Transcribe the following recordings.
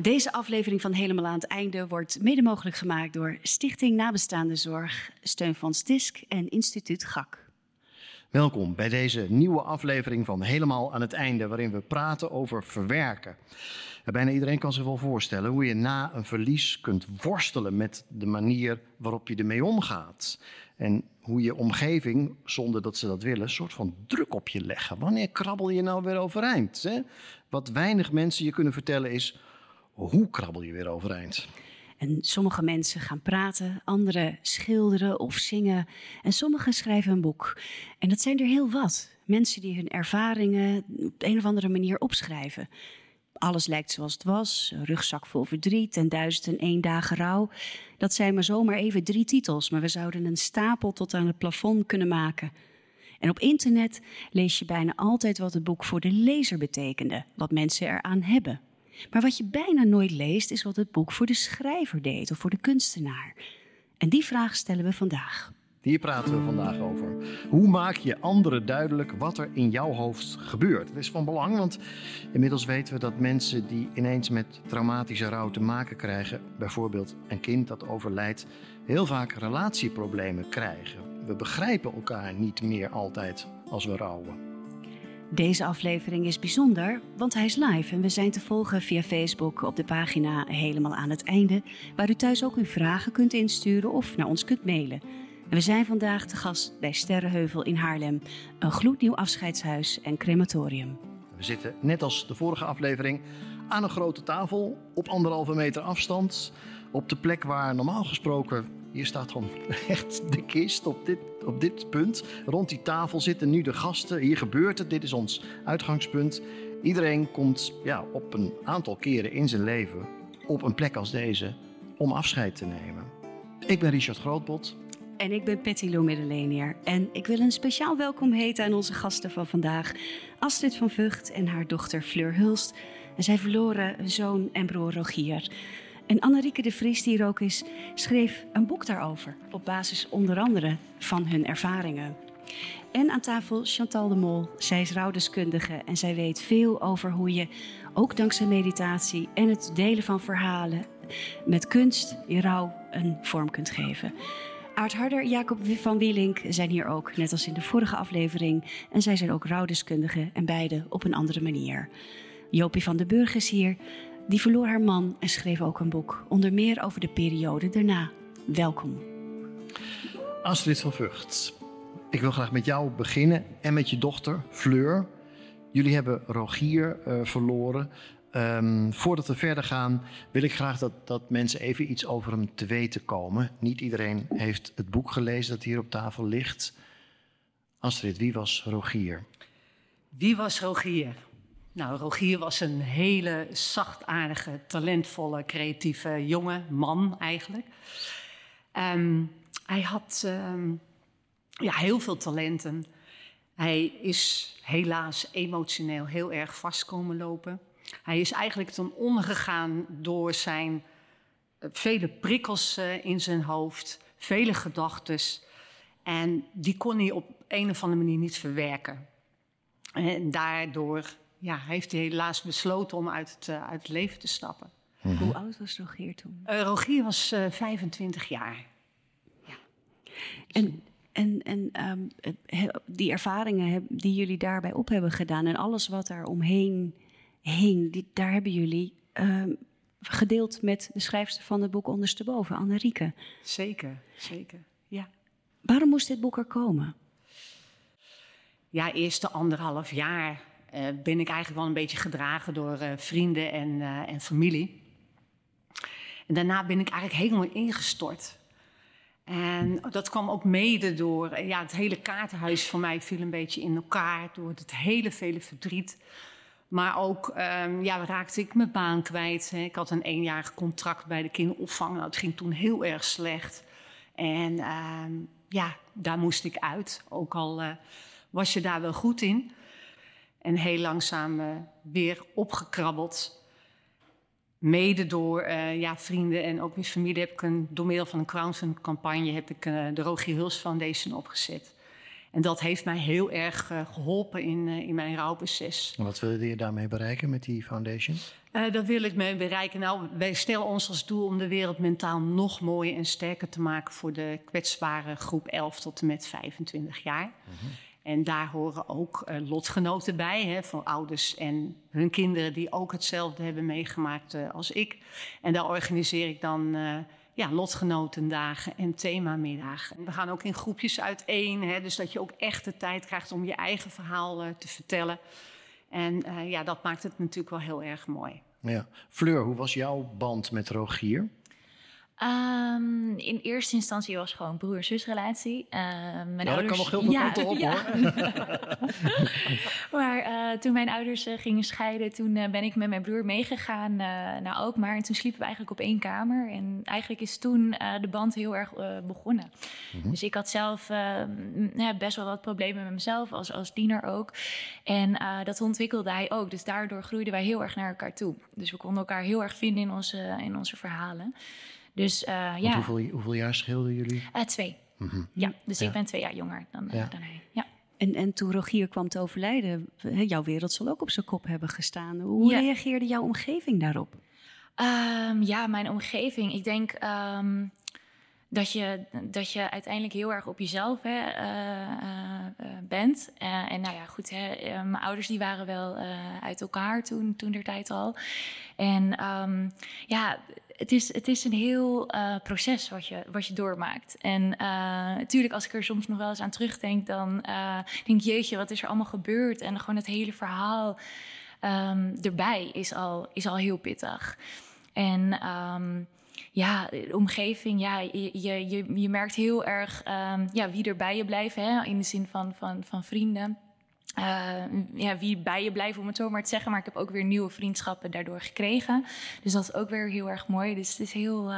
Deze aflevering van Helemaal aan het einde wordt mede mogelijk gemaakt door Stichting Nabestaande Zorg, Steunfonds DISC en Instituut GAK. Welkom bij deze nieuwe aflevering van Helemaal aan het einde, waarin we praten over verwerken. Bijna iedereen kan zich wel voorstellen hoe je na een verlies kunt worstelen met de manier waarop je ermee omgaat. En hoe je omgeving, zonder dat ze dat willen, een soort van druk op je leggen. Wanneer krabbel je nou weer overeind? Hè? Wat weinig mensen je kunnen vertellen is, hoe krabbel je weer overeind? En sommige mensen gaan praten, anderen schilderen of zingen. En sommigen schrijven een boek. En dat zijn er heel wat. Mensen die hun ervaringen op een of andere manier opschrijven. Alles lijkt zoals het was, een rugzak vol verdriet en 1001 dagen rouw. Dat zijn maar zomaar even 3 titels, maar we zouden een stapel tot aan het plafond kunnen maken. En op internet lees je bijna altijd wat het boek voor de lezer betekende, wat mensen eraan hebben. Maar wat je bijna nooit leest is wat het boek voor de schrijver deed of voor de kunstenaar. En die vraag stellen we vandaag. Hier praten we vandaag over. Hoe maak je anderen duidelijk wat er in jouw hoofd gebeurt? Het is van belang, want inmiddels weten we dat mensen die ineens met traumatische rouw te maken krijgen, bijvoorbeeld een kind dat overlijdt, heel vaak relatieproblemen krijgen. We begrijpen elkaar niet meer altijd als we rouwen. Deze aflevering is bijzonder, want hij is live en we zijn te volgen via Facebook op de pagina Helemaal aan het einde, waar u thuis ook uw vragen kunt insturen of naar ons kunt mailen. En we zijn vandaag te gast bij Sterrenheuvel in Haarlem, een gloednieuw afscheidshuis en crematorium. We zitten, net als de vorige aflevering, aan een grote tafel op 1,5 meter afstand. Op de plek waar normaal gesproken, hier staat gewoon echt de kist op dit punt. Rond die tafel zitten nu de gasten. Hier gebeurt het, dit is ons uitgangspunt. Iedereen komt op een aantal keren in zijn leven op een plek als deze om afscheid te nemen. Ik ben Richard Grootbot. En ik ben Patty Lou Middelenier. En ik wil een speciaal welkom heten aan onze gasten van vandaag. Astrid van Vught en haar dochter Fleur Hulst. En zij verloren hun zoon en broer Rogier. En Annerieke de Vries, die er ook is, schreef een boek daarover. Op basis onder andere van hun ervaringen. En aan tafel Chantal de Mol. Zij is rouwdeskundige en zij weet veel over hoe je, ook dankzij meditatie en het delen van verhalen, met kunst je rouw een vorm kunt geven. Aart Harder, Jacob van Wielink zijn hier ook, net als in de vorige aflevering. En zij zijn ook rouwdeskundigen en beide op een andere manier. Jopie van den Burg is hier. Die verloor haar man en schreef ook een boek. Onder meer over de periode daarna. Welkom. Astrid van Vught, ik wil graag met jou beginnen en met je dochter Fleur. Jullie hebben Rogier verloren. Voordat we verder gaan wil ik graag dat mensen even iets over hem te weten komen. Niet iedereen heeft het boek gelezen dat hier op tafel ligt. Astrid, wie was Rogier? Wie was Rogier? Nou, Rogier was een hele zachtaardige, talentvolle, creatieve jonge man eigenlijk. Hij had heel veel talenten. Hij is helaas emotioneel heel erg vast komen lopen. Hij is eigenlijk ten onder gegaan door zijn vele prikkels in zijn hoofd, vele gedachtes. En die kon hij op een of andere manier niet verwerken. En daardoor heeft hij helaas besloten om uit het leven te stappen. Mm-hmm. Hoe oud was Rogier toen? Rogier was 25 jaar. Ja. En die ervaringen die jullie daarbij op hebben gedaan en alles wat daar omheen hing, daar hebben jullie gedeeld met de schrijfster van het boek Ondersteboven, Annerieke. Zeker, ja. Waarom moest dit boek er komen? Ja, eerste 1,5 jaar ben ik eigenlijk wel een beetje gedragen door vrienden en familie. En daarna ben ik eigenlijk helemaal ingestort. En dat kwam ook mede door, het hele kaartenhuis van mij viel een beetje in elkaar door het hele vele verdriet. Maar ook raakte ik mijn baan kwijt. Ik had een 1-jarig contract bij de kinderopvang. Nou, het ging toen heel erg slecht. En daar moest ik uit. Ook al was je daar wel goed in. En heel langzaam weer opgekrabbeld. Mede door vrienden en ook weer familie heb ik door middel van een crowdfunding campagne heb ik de Rogier Hulst Foundation opgezet. En dat heeft mij heel erg geholpen in mijn rouwproces. En wat wilde je daarmee bereiken met die foundation? Dat wil ik mee bereiken. Nou, wij stellen ons als doel om de wereld mentaal nog mooier en sterker te maken voor de kwetsbare groep 11 tot en met 25 jaar. En daar horen ook lotgenoten bij, hè, van ouders en hun kinderen die ook hetzelfde hebben meegemaakt als ik. En daar organiseer ik dan lotgenotendagen en themamiddagen. We gaan ook in groepjes uiteen, hè, dus dat je ook echt de tijd krijgt om je eigen verhaal te vertellen. En dat maakt het natuurlijk wel heel erg mooi. Ja. Fleur, hoe was jouw band met Rogier? In eerste instantie was het gewoon broer-zusrelatie. Mijn ouders... dat kan nog heel veel kanten op, hoor. Maar toen mijn ouders gingen scheiden, toen ben ik met mijn broer meegegaan naar Alkmaar. En toen sliepen we eigenlijk op 1 kamer. En eigenlijk is toen de band heel erg begonnen. Dus ik had zelf best wel wat problemen met mezelf, als tiener ook. En dat ontwikkelde hij ook. Dus daardoor groeiden wij heel erg naar elkaar toe. Dus we konden elkaar heel erg vinden in onze verhalen. Dus hoeveel jaar scheelden jullie? 2. Ja, dus ik ben 2 jaar jonger dan hij. Ja. En toen Rogier kwam te overlijden, jouw wereld zal ook op zijn kop hebben gestaan. Hoe reageerde jouw omgeving daarop? Mijn omgeving. Ik denk dat je uiteindelijk heel erg op jezelf bent. En nou ja, goed, mijn ouders die waren wel uit elkaar toen der tijd al. En het is een heel proces wat je doormaakt. En natuurlijk, als ik er soms nog wel eens aan terugdenk, dan denk ik, jeetje, wat is er allemaal gebeurd? En gewoon het hele verhaal erbij is al heel pittig. En de omgeving, je merkt heel erg wie er bij je blijft, hè, in de zin van vrienden. Wie bij je blijft, om het zo maar te zeggen. Maar ik heb ook weer nieuwe vriendschappen daardoor gekregen. Dus dat is ook weer heel erg mooi. Dus het is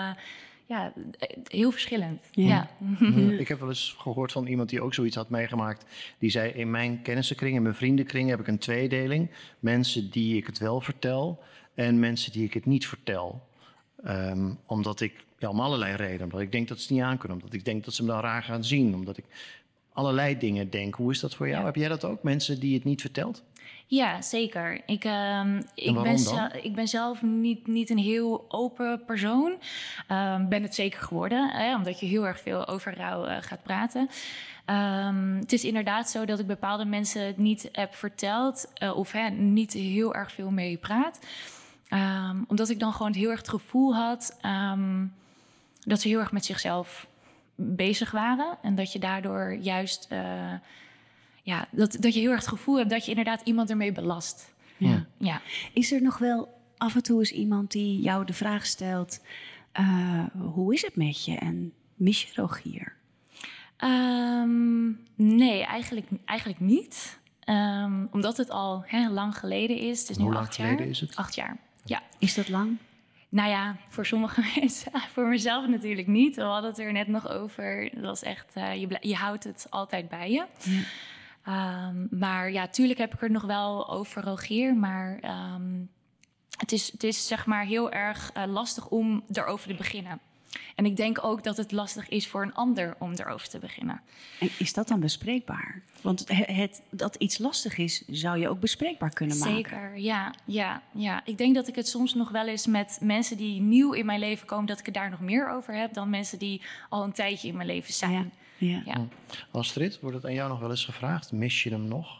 heel verschillend. Ja. Ik heb wel eens gehoord van iemand die ook zoiets had meegemaakt. Die zei, in mijn kennissenkring, in mijn vriendenkring heb ik een tweedeling. Mensen die ik het wel vertel en mensen die ik het niet vertel. Omdat ik, om allerlei redenen, omdat ik denk dat ze het niet aankunnen. Omdat ik denk dat ze me dan raar gaan zien. Omdat ik allerlei dingen denk. Hoe is dat voor jou? Ja. Heb jij dat ook? Mensen die het niet vertelt? Ja, zeker. Ik ben zelf niet een heel open persoon. Ben het zeker geworden, omdat je heel erg veel over rouw gaat praten. Het is inderdaad zo dat ik bepaalde mensen het niet heb verteld of niet heel erg veel mee praat. Omdat ik dan gewoon heel erg het gevoel had dat ze heel erg met zichzelf bezig waren. En dat je daardoor juist dat je heel erg het gevoel hebt dat je inderdaad iemand ermee belast. Ja. Is er nog wel af en toe eens iemand die jou de vraag stelt, hoe is het met je en mis je Rogier? Nee, eigenlijk niet. Omdat het al lang geleden is. Het is nu 8 jaar. Hoe lang geleden is het? 8 jaar, ja. Is dat lang? Nou ja, voor sommige mensen, voor mezelf natuurlijk niet. We hadden het er net nog over. Dat was echt, je houdt het altijd bij je. Ja. Maar ja, tuurlijk heb ik er nog wel over Rogier. Maar het is zeg maar heel erg lastig om erover te beginnen. En ik denk ook dat het lastig is voor een ander om erover te beginnen. En is dat dan bespreekbaar? Want dat iets lastig is, zou je ook bespreekbaar kunnen maken. Zeker, ja. Ik denk dat ik het soms nog wel eens met mensen die nieuw in mijn leven komen, dat ik het daar nog meer over heb dan mensen die al een tijdje in mijn leven zijn. Ja. Astrid, wordt het aan jou nog wel eens gevraagd? Mis je hem nog?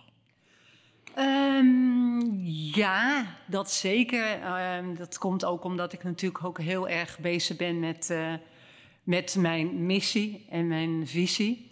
Ja, dat zeker. Dat komt ook omdat ik natuurlijk ook heel erg bezig ben met mijn missie en mijn visie.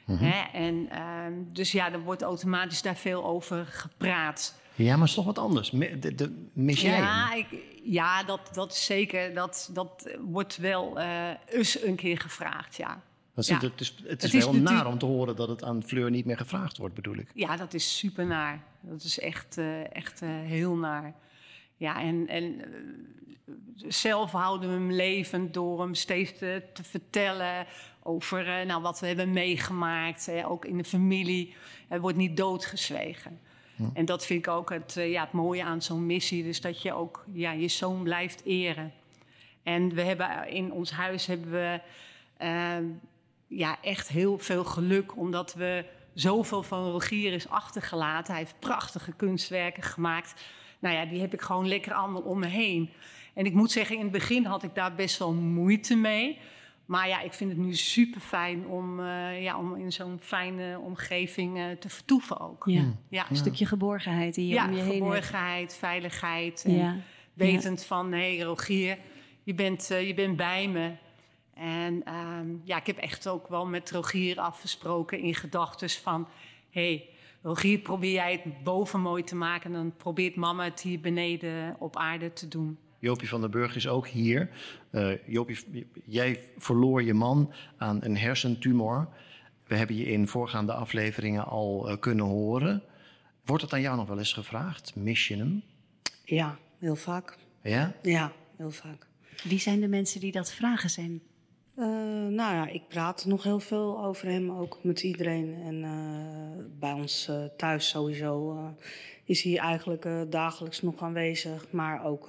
Dus er wordt automatisch daar veel over gepraat. Ja, maar het is toch wat anders. Mis jij hem? Ja, dat is zeker. Dat wordt wel eens een keer gevraagd, ja. Het is wel naar om te horen dat het aan Fleur niet meer gevraagd wordt, bedoel ik. Ja, dat is super naar. Dat is echt heel naar. Ja, en zelf houden we hem levend door hem steeds te vertellen over wat we hebben meegemaakt. Ook in de familie. Het wordt niet doodgezwegen. Ja. En dat vind ik ook het mooie aan zo'n missie. Dus dat je ook je zoon blijft eren. En we hebben in ons huis echt heel veel geluk, omdat we zoveel van Rogier is achtergelaten. Hij heeft prachtige kunstwerken gemaakt. Nou ja, die heb ik gewoon lekker allemaal om me heen. En ik moet zeggen, in het begin had ik daar best wel moeite mee. Maar ja, ik vind het nu super fijn om in zo'n fijne omgeving te vertoeven ook. Ja. Een stukje geborgenheid die je om je heen hebt. Ja, geborgenheid, veiligheid. En wetend van, hé Rogier, je bent bij me. En ik heb echt ook wel met Rogier afgesproken in gedachten van... hé, Rogier, probeer jij het boven mooi te maken... en dan probeert mama het hier beneden op aarde te doen. Jopie van den Burg is ook hier. Jopie, jij verloor je man aan een hersentumor. We hebben je in voorgaande afleveringen al kunnen horen. Wordt het aan jou nog wel eens gevraagd? Mis je hem? Ja, heel vaak. Ja? Ja, heel vaak. Wie zijn de mensen die dat vragen zijn? Ik praat nog heel veel over hem, ook met iedereen. En bij ons thuis sowieso is hij eigenlijk dagelijks nog aanwezig. Maar ook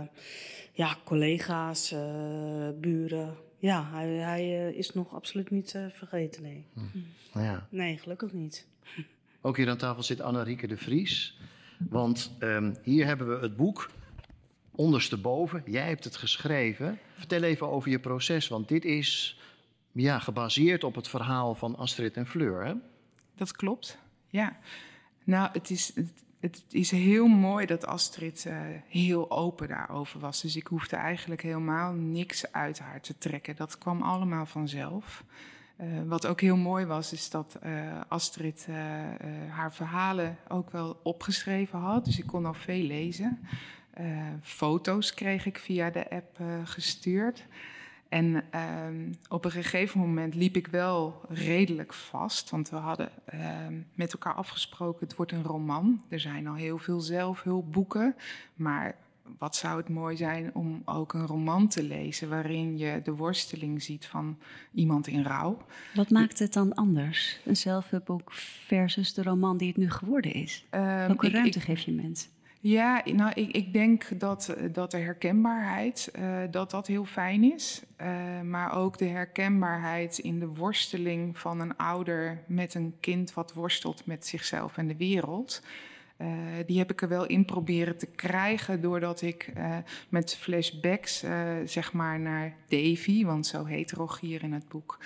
collega's, buren. Ja, hij is nog absoluut niet vergeten, nee. Ja. Nee, gelukkig niet. Ook hier aan tafel zit Anna-Rieke de Vries. Want hier hebben we het boek... Ondersteboven, jij hebt het geschreven. Vertel even over je proces, want dit is gebaseerd op het verhaal van Astrid en Fleur, hè? Dat klopt, ja. Nou, het is heel mooi dat Astrid heel open daarover was. Dus ik hoefde eigenlijk helemaal niks uit haar te trekken. Dat kwam allemaal vanzelf. Wat ook heel mooi was, is dat Astrid haar verhalen ook wel opgeschreven had. Dus ik kon al veel lezen. Foto's kreeg ik via de app gestuurd. En op een gegeven moment liep ik wel redelijk vast. Want we hadden met elkaar afgesproken, het wordt een roman. Er zijn al heel veel zelfhulpboeken. Maar wat zou het mooi zijn om ook een roman te lezen... waarin je de worsteling ziet van iemand in rouw. Wat maakt het dan anders? Een zelfhulpboek versus de roman die het nu geworden is? Welke ruimte geef je mensen? Ja, nou, ik denk dat de herkenbaarheid, dat heel fijn is. Maar ook de herkenbaarheid in de worsteling van een ouder met een kind... wat worstelt met zichzelf en de wereld. Die heb ik er wel in proberen te krijgen... doordat ik met flashbacks naar Davy... want zo heet Rogier in het boek...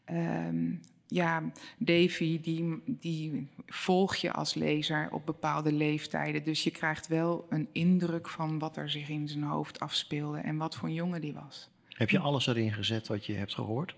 Davy, die volg je als lezer op bepaalde leeftijden. Dus je krijgt wel een indruk van wat er zich in zijn hoofd afspeelde... en wat voor een jongen die was. Heb je alles erin gezet wat je hebt gehoord?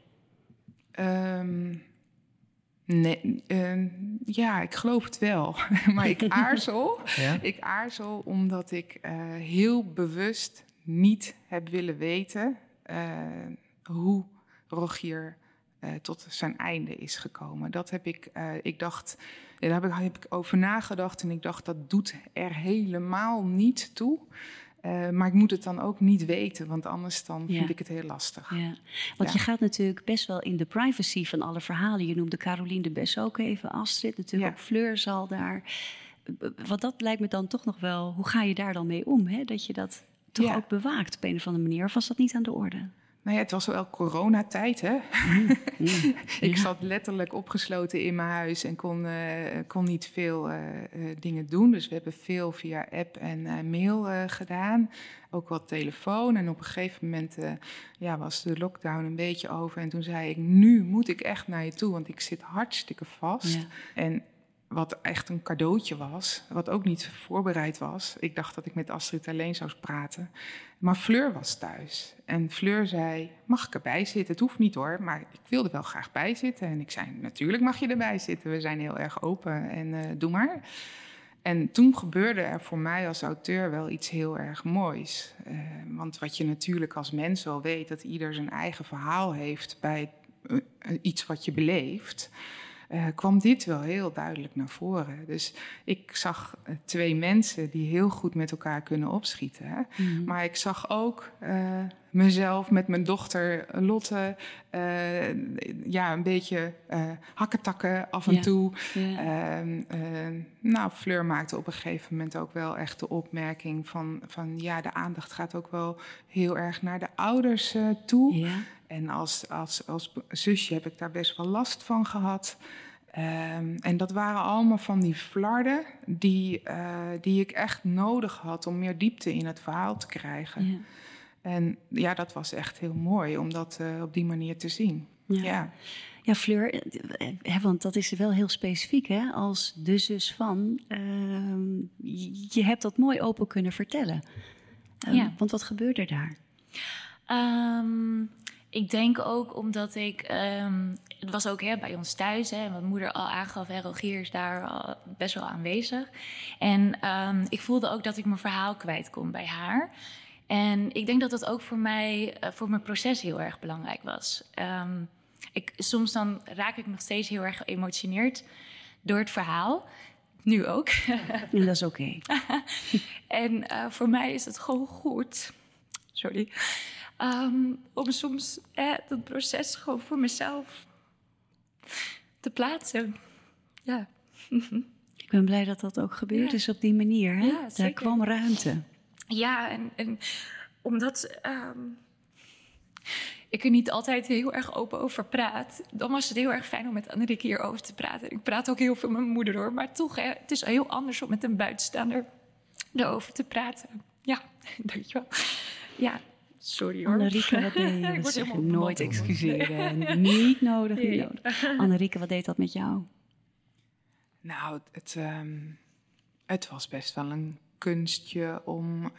Nee, ik geloof het wel. Maar ik aarzel. Ja? Ik aarzel omdat ik heel bewust niet heb willen weten... hoe Rogier... tot zijn einde is gekomen. Dat heb daar heb ik over nagedacht... en ik dacht, dat doet er helemaal niet toe... maar ik moet het dan ook niet weten, want anders dan vind ik het heel lastig. Ja. Want je gaat natuurlijk best wel in de privacy van alle verhalen. Je noemde Caroline de Bes ook even, Astrid. Natuurlijk ook Fleur zal daar... Want dat lijkt me dan toch nog wel... Hoe ga je daar dan mee om? Hè? Dat je dat toch ook bewaakt op een of andere manier. Of was dat niet aan de orde? Nou ja, het was wel coronatijd, hè? Ik zat letterlijk opgesloten in mijn huis en kon niet veel dingen doen. Dus we hebben veel via app en mail gedaan. Ook wat telefoon. En op een gegeven moment was de lockdown een beetje over. En toen zei ik, nu moet ik echt naar je toe, want ik zit hartstikke vast. Ja. En wat echt een cadeautje was, wat ook niet voorbereid was. Ik dacht dat ik met Astrid alleen zou praten. Maar Fleur was thuis. En Fleur zei, mag ik erbij zitten? Het hoeft niet hoor, maar ik wilde wel graag bij zitten. En ik zei, natuurlijk mag je erbij zitten. We zijn heel erg open en doe maar. En toen gebeurde er voor mij als auteur wel iets heel erg moois. Want wat je natuurlijk als mens wel weet, dat ieder zijn eigen verhaal heeft bij iets wat je beleeft... kwam dit wel heel duidelijk naar voren. Dus ik zag twee mensen die heel goed met elkaar kunnen opschieten. Hè? Mm-hmm. Maar ik zag ook mezelf met mijn dochter Lotte... een beetje hakketakken af en toe. Fleur maakte op een gegeven moment ook wel echt de opmerking van de aandacht gaat ook wel heel erg naar de ouders toe. Ja. En als zusje heb ik daar best wel last van gehad. En dat waren allemaal van die flarden die ik echt nodig had om meer diepte in het verhaal te krijgen. Ja. En ja, dat was echt heel mooi om dat op die manier te zien. Ja. Ja, Fleur, want dat is wel heel specifiek, hè? Als de zus van. Je hebt dat mooi open kunnen vertellen. Want wat gebeurde daar? Ik denk ook omdat ik... het was ook bij ons thuis, hè, wat moeder al aangaf, Rogier is daar al best wel aanwezig. En ik voelde ook dat ik mijn verhaal kwijt kon bij haar. En ik denk dat dat ook voor mij, voor mijn proces heel erg belangrijk was. Soms dan raak ik nog steeds heel erg geëmotioneerd door het verhaal. Nu ook. En dat is oké. En voor mij is het gewoon goed. Sorry. Om soms dat proces gewoon voor mezelf te plaatsen. Ja. Ik ben blij dat dat ook gebeurd is op die manier. Hè? Ja, daar kwam ruimte. Ja, en omdat ik er niet altijd heel erg open over praat, dan was het heel erg fijn om met Annerieke hierover te praten. Ik praat ook heel veel met mijn moeder hoor, maar toch, het is heel anders om met een buitenstaander erover te praten. Ja, dankjewel. Ja, sorry hoor. Annerieke, wat deed je? Ik word helemaal nooit excuseren. Nee. Niet nodig, niet nodig. Annerieke, wat deed dat met jou? Nou, het was best wel een kunstje om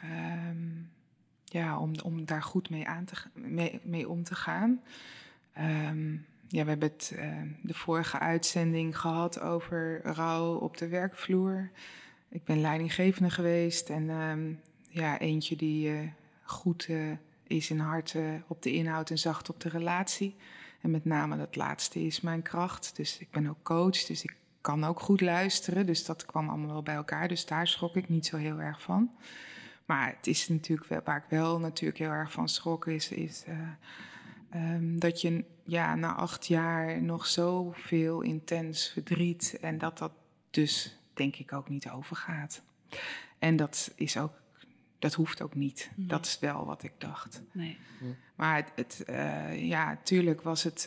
daar goed mee om te gaan. We hebben het de vorige uitzending gehad over rouw op de werkvloer. Ik ben leidinggevende geweest en eentje die goed is in hart op de inhoud en zacht op de relatie. En met name dat laatste is mijn kracht. Dus ik ben ook coach, dus ik kan ook goed luisteren. Dus dat kwam allemaal wel bij elkaar. Dus daar schrok ik niet zo heel erg van. Maar het is natuurlijk wel, waar ik wel natuurlijk heel erg van schrok is dat je na 8 jaar nog zoveel intens verdriet en dat dus denk ik ook niet overgaat. En dat hoeft ook niet. Nee. Dat is wel wat ik dacht. Nee. Maar tuurlijk was het.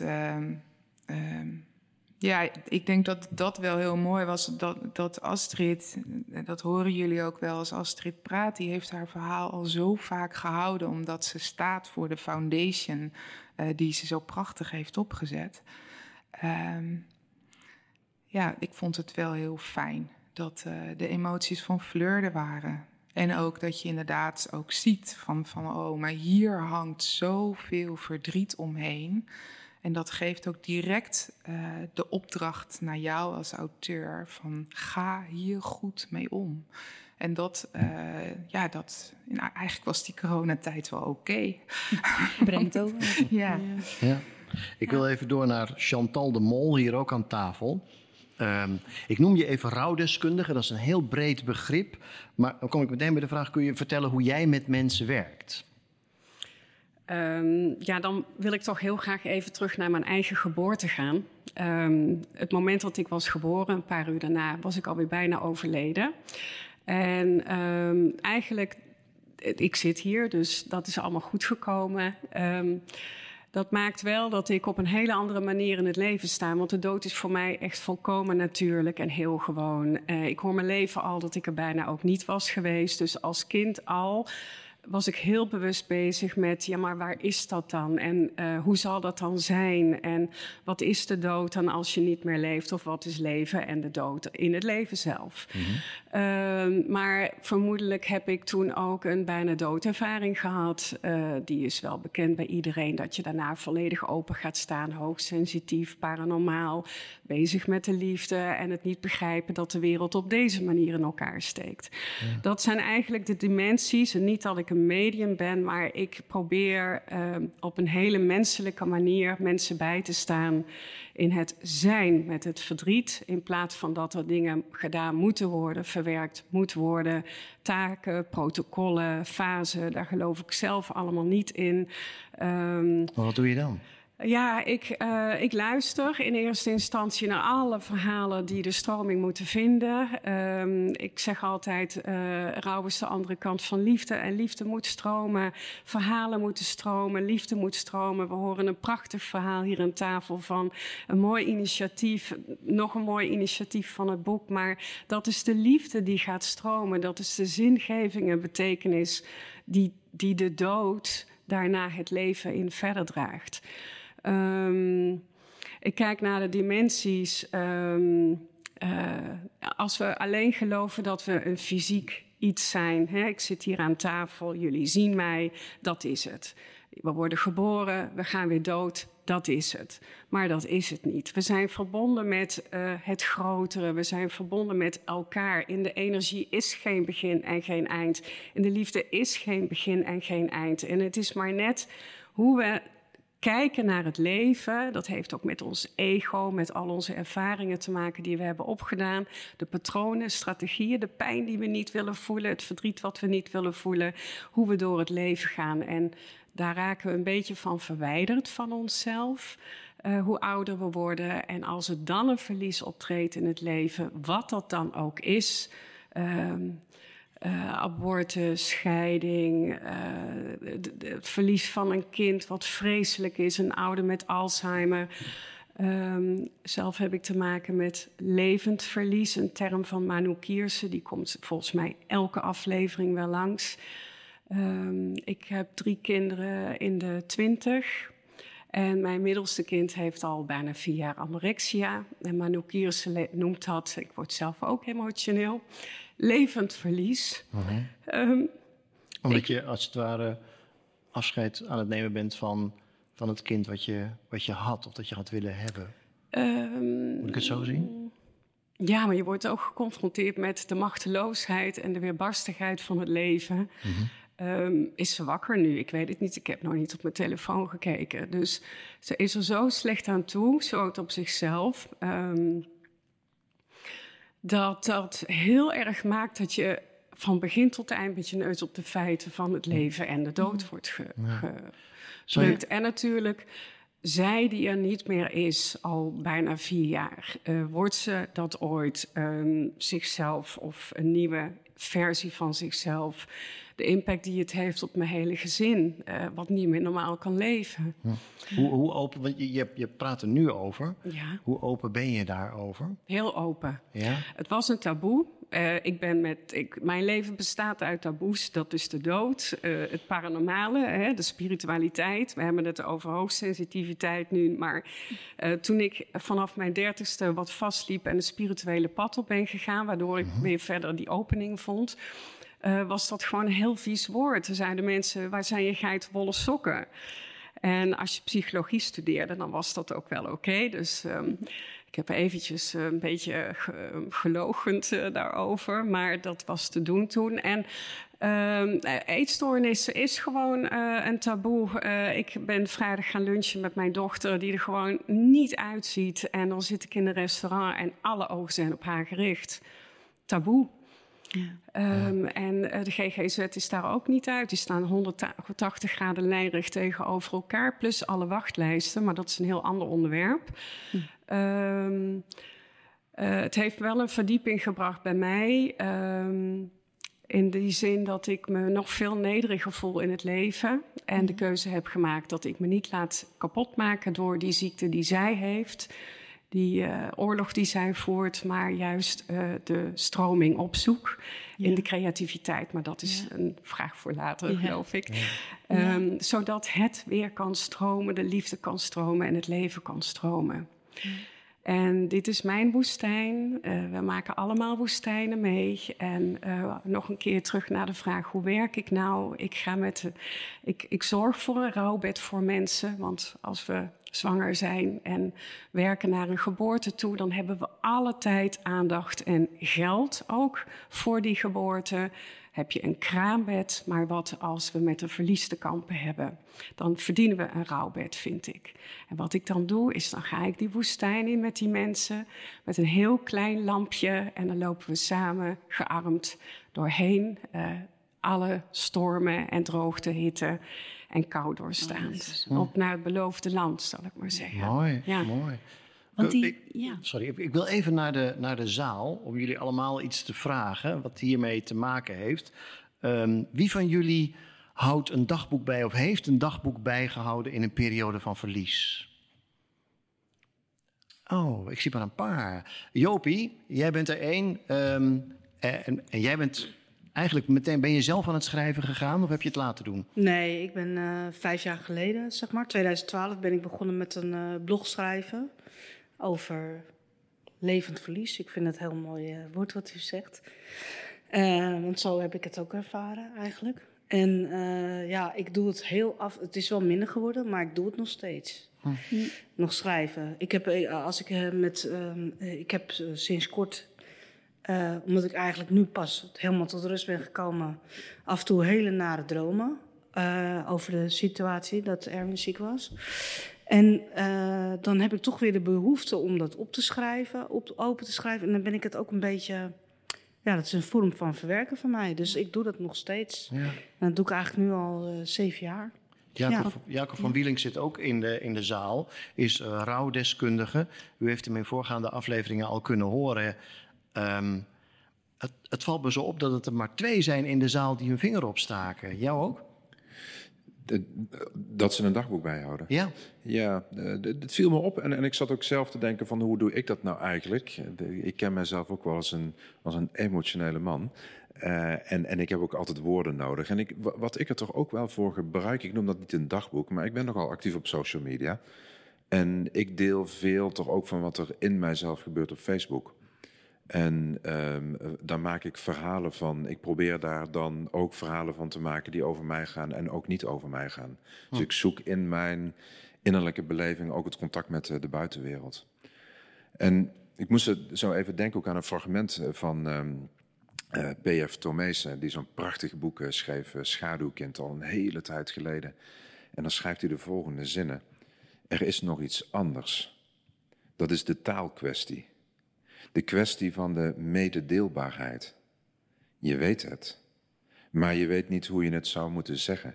Ik denk dat dat wel heel mooi was. Dat Astrid, dat horen jullie ook wel als Astrid praat, die heeft haar verhaal al zo vaak gehouden, omdat ze staat voor de foundation die ze zo prachtig heeft opgezet. Ik vond het wel heel fijn dat de emoties van Fleur er waren. En ook dat je inderdaad ook ziet van maar hier hangt zoveel verdriet omheen. En dat geeft ook direct de opdracht naar jou als auteur van ga hier goed mee om. En eigenlijk was die coronatijd wel oké. Brengt over. Ja. Ik wil even door naar Chantal de Mol, hier ook aan tafel. Ik noem je even rouwdeskundige, dat is een heel breed begrip. Maar dan kom ik meteen bij de vraag, kun je vertellen hoe jij met mensen werkt? Dan wil ik toch heel graag even terug naar mijn eigen geboorte gaan. Het moment dat ik was geboren, een paar uur daarna, was ik alweer bijna overleden. En eigenlijk, ik zit hier, dus dat is allemaal goed gekomen. Dat maakt wel dat ik op een hele andere manier in het leven sta. Want de dood is voor mij echt volkomen natuurlijk en heel gewoon. Ik hoor mijn leven al dat ik er bijna ook niet was geweest. Dus als kind al was ik heel bewust bezig met, maar waar is dat dan? En hoe zal dat dan zijn? En wat is de dood dan als je niet meer leeft? Of wat is leven en de dood in het leven zelf? Mm-hmm. Maar vermoedelijk heb ik toen ook een bijna doodervaring gehad. Die is wel bekend bij iedereen, dat je daarna volledig open gaat staan. Hoogsensitief, paranormaal, bezig met de liefde en het niet begrijpen dat de wereld op deze manier in elkaar steekt. Ja. Dat zijn eigenlijk de dimensies. En niet dat ik een medium ben, maar ik probeer op een hele menselijke manier mensen bij te staan in het zijn met het verdriet, in plaats van dat er dingen gedaan moeten worden, verwerkt moeten worden, taken, protocollen, fasen, daar geloof ik zelf allemaal niet in. Maar wat doe je dan? Ja, ik luister in eerste instantie naar alle verhalen die de stroming moeten vinden. Ik zeg altijd, rouw is de andere kant van liefde. En liefde moet stromen, verhalen moeten stromen, liefde moet stromen. We horen een prachtig verhaal hier aan tafel van een mooi initiatief. Nog een mooi initiatief van het boek. Maar dat is de liefde die gaat stromen. Dat is de zingeving en betekenis die de dood daarna het leven in verder draagt. Ik kijk naar de dimensies. Als we alleen geloven dat we een fysiek iets zijn. Hè? Ik zit hier aan tafel, jullie zien mij, dat is het. We worden geboren, we gaan weer dood, dat is het. Maar dat is het niet. We zijn verbonden met het grotere, we zijn verbonden met elkaar. In de energie is geen begin en geen eind. In de liefde is geen begin en geen eind. En het is maar net hoe we kijken naar het leven. Dat heeft ook met ons ego, met al onze ervaringen te maken die we hebben opgedaan. De patronen, strategieën, de pijn die we niet willen voelen, het verdriet wat we niet willen voelen. Hoe we door het leven gaan. En daar raken we een beetje van verwijderd van onszelf. Hoe ouder we worden. En als er dan een verlies optreedt in het leven, wat dat dan ook is. Abortus, scheiding, het verlies van een kind wat vreselijk is, een ouder met Alzheimer. Zelf heb ik te maken met levend verlies, een term van Manu Kiersen, die komt volgens mij elke aflevering wel langs. Ik heb 3 kinderen in de 20 en mijn middelste kind heeft al bijna 4 jaar anorexia. En Manu Kiersen noemt dat, ik word zelf ook emotioneel, levend verlies. Omdat je als het ware afscheid aan het nemen bent van het kind wat je had of dat je had willen hebben. Moet ik het zo zien? Ja, maar je wordt ook geconfronteerd met de machteloosheid en de weerbarstigheid van het leven. Is ze wakker nu? Ik weet het niet. Ik heb nog niet op mijn telefoon gekeken. Dus ze is er zo slecht aan toe, zo op zichzelf. Dat heel erg maakt dat je van begin tot eind met je neus op de feiten van het leven en de dood wordt gedrukt. En natuurlijk, zij die er niet meer is, al bijna 4 jaar, wordt ze dat ooit zichzelf of een nieuwe versie van zichzelf, de impact die het heeft op mijn hele gezin, wat niet meer normaal kan leven. Ja. Hoe open, want je praat er nu over. Ja. Hoe open ben je daarover? Heel open. Ja? Het was een taboe. Mijn leven bestaat uit taboes. Dat is de dood, het paranormale, de spiritualiteit. We hebben het over hoogsensitiviteit nu. Maar toen ik vanaf mijn 30ste wat vastliep en het spirituele pad op ben gegaan, waardoor ik weer verder die opening vond, was dat gewoon een heel vies woord. Er zeiden mensen, waar zijn je geitenwolle sokken? En als je psychologie studeerde, dan was dat ook wel oké. Dus ik heb eventjes een beetje geloochend daarover. Maar dat was te doen toen. En eetstoornissen is gewoon een taboe. Ik ben vrijdag gaan lunchen met mijn dochter, die er gewoon niet uitziet. En dan zit ik in een restaurant en alle ogen zijn op haar gericht. Taboe. Ja. En de GGZ is daar ook niet uit. Die staan 180 graden lijnrecht tegenover elkaar, plus alle wachtlijsten. Maar dat is een heel ander onderwerp. Het heeft wel een verdieping gebracht bij mij. In die zin dat ik me nog veel nederiger voel in het leven. En de keuze heb gemaakt dat ik me niet laat kapotmaken door die ziekte die zij heeft. Die oorlog die zij voert, maar juist de stroming opzoek in de creativiteit. Maar dat is een vraag voor later, geloof ik. Zodat het weer kan stromen, de liefde kan stromen en het leven kan stromen. En dit is mijn woestijn. We maken allemaal woestijnen mee. En nog een keer terug naar de vraag, hoe werk ik nou? Ik zorg voor een rouwbed voor mensen. Want als we zwanger zijn en werken naar een geboorte toe, dan hebben we alle tijd, aandacht en geld ook voor die geboorte. Heb je een kraambed, maar wat als we met een verlies te kampen hebben? Dan verdienen we een rouwbed, vind ik. En wat ik dan doe, is dan ga ik die woestijn in met die mensen, met een heel klein lampje, en dan lopen we samen gearmd doorheen. alle stormen en droogte, hitte en kou doorstaan. Op naar het beloofde land, zal ik maar zeggen. Mooi, Ja. mooi. Want Ik wil even naar de zaal om jullie allemaal iets te vragen wat hiermee te maken heeft. Wie van jullie houdt een dagboek bij of heeft een dagboek bijgehouden in een periode van verlies? Oh, ik zie maar een paar. Jopie, jij bent er één. En jij bent eigenlijk meteen... Ben je zelf aan het schrijven gegaan of heb je het laten doen? Nee, ik ben 5 jaar geleden, 2012, ben ik begonnen met een blog schrijven over levend verlies. Ik vind het een heel mooi woord wat u zegt. Want zo heb ik het ook ervaren eigenlijk. En ik doe het heel af. Het is wel minder geworden, maar ik doe het nog steeds. Nog schrijven. Ik heb sinds kort, omdat ik eigenlijk nu pas helemaal tot rust ben gekomen, af en toe hele nare dromen over de situatie dat Erwin ziek was. En dan heb ik toch weer de behoefte om dat op te schrijven, open te schrijven. En dan ben ik het ook een beetje... Ja, dat is een vorm van verwerken van mij. Dus ik doe dat nog steeds. Ja. En dat doe ik eigenlijk nu al 7 jaar. Jacob van Wieling zit ook in de zaal. Is rouwdeskundige. U heeft hem in voorgaande afleveringen al kunnen horen. Het valt me zo op dat het er maar 2 zijn in de zaal die hun vinger opstaken. Jou ook? Dat ze een dagboek bijhouden. Ja. Ja, het viel me op. En ik zat ook zelf te denken van hoe doe ik dat nou eigenlijk? Ik ken mezelf ook wel als een emotionele man. En ik heb ook altijd woorden nodig. En wat ik er toch ook wel voor gebruik, ik noem dat niet een dagboek, maar ik ben nogal actief op social media. En ik deel veel toch ook van wat er in mijzelf gebeurt op Facebook. En daar maak ik verhalen van. Ik probeer daar dan ook verhalen van te maken die over mij gaan en ook niet over mij gaan. Dus ik zoek in mijn innerlijke beleving ook het contact met de buitenwereld. En ik moest zo even denken ook aan een fragment van P.F. Tomezen, die zo'n prachtig boek schreef, Schaduwkind, al een hele tijd geleden. En dan schrijft hij de volgende zinnen. Er is nog iets anders. Dat is de taalkwestie. De kwestie van de mededeelbaarheid. Je weet het, maar je weet niet hoe je het zou moeten zeggen.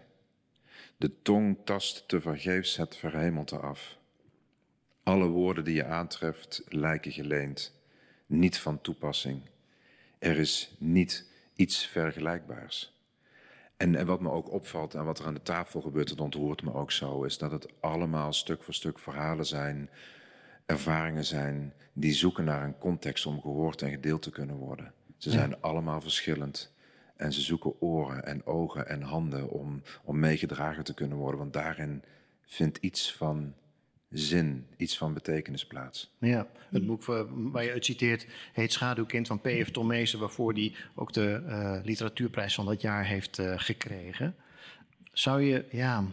De tong tast tevergeefs het verhemelte af. Alle woorden die je aantreft lijken geleend, niet van toepassing. Er is niet iets vergelijkbaars. En wat me ook opvalt en wat er aan de tafel gebeurt, dat ontroert me ook zo, is dat het allemaal stuk voor stuk verhalen zijn, ervaringen zijn die zoeken naar een context om gehoord en gedeeld te kunnen worden. Ze zijn allemaal verschillend en ze zoeken oren en ogen en handen om meegedragen te kunnen worden, want daarin vindt iets van zin, iets van betekenis plaats. Ja, het boek waar je het citeert heet Schaduwkind van P.F. Tomezen, waarvoor hij ook de literatuurprijs van dat jaar heeft gekregen. Zou je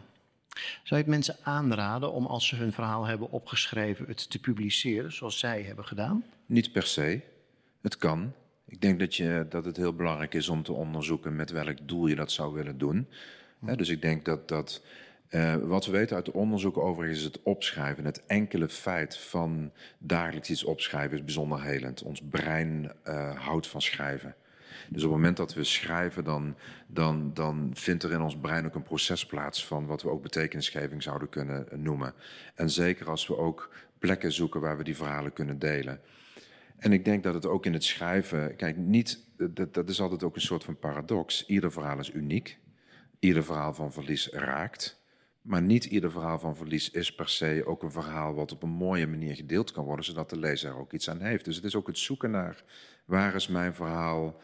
het mensen aanraden om, als ze hun verhaal hebben opgeschreven, het te publiceren zoals zij hebben gedaan? Niet per se. Het kan. Ik denk dat het heel belangrijk is om te onderzoeken met welk doel je dat zou willen doen. Dus ik denk dat wat we weten uit de onderzoeken overigens is het opschrijven. Het enkele feit van dagelijks iets opschrijven is bijzonder helend. Ons brein houdt van schrijven. Dus op het moment dat we schrijven, dan vindt er in ons brein ook een proces plaats van wat we ook betekenisgeving zouden kunnen noemen. En zeker als we ook plekken zoeken waar we die verhalen kunnen delen. En ik denk dat het ook in het schrijven, kijk, dat is altijd ook een soort van paradox. Ieder verhaal is uniek. Ieder verhaal van verlies raakt. Maar niet ieder verhaal van verlies is per se ook een verhaal wat op een mooie manier gedeeld kan worden, zodat de lezer er ook iets aan heeft. Dus het is ook het zoeken naar waar is mijn verhaal.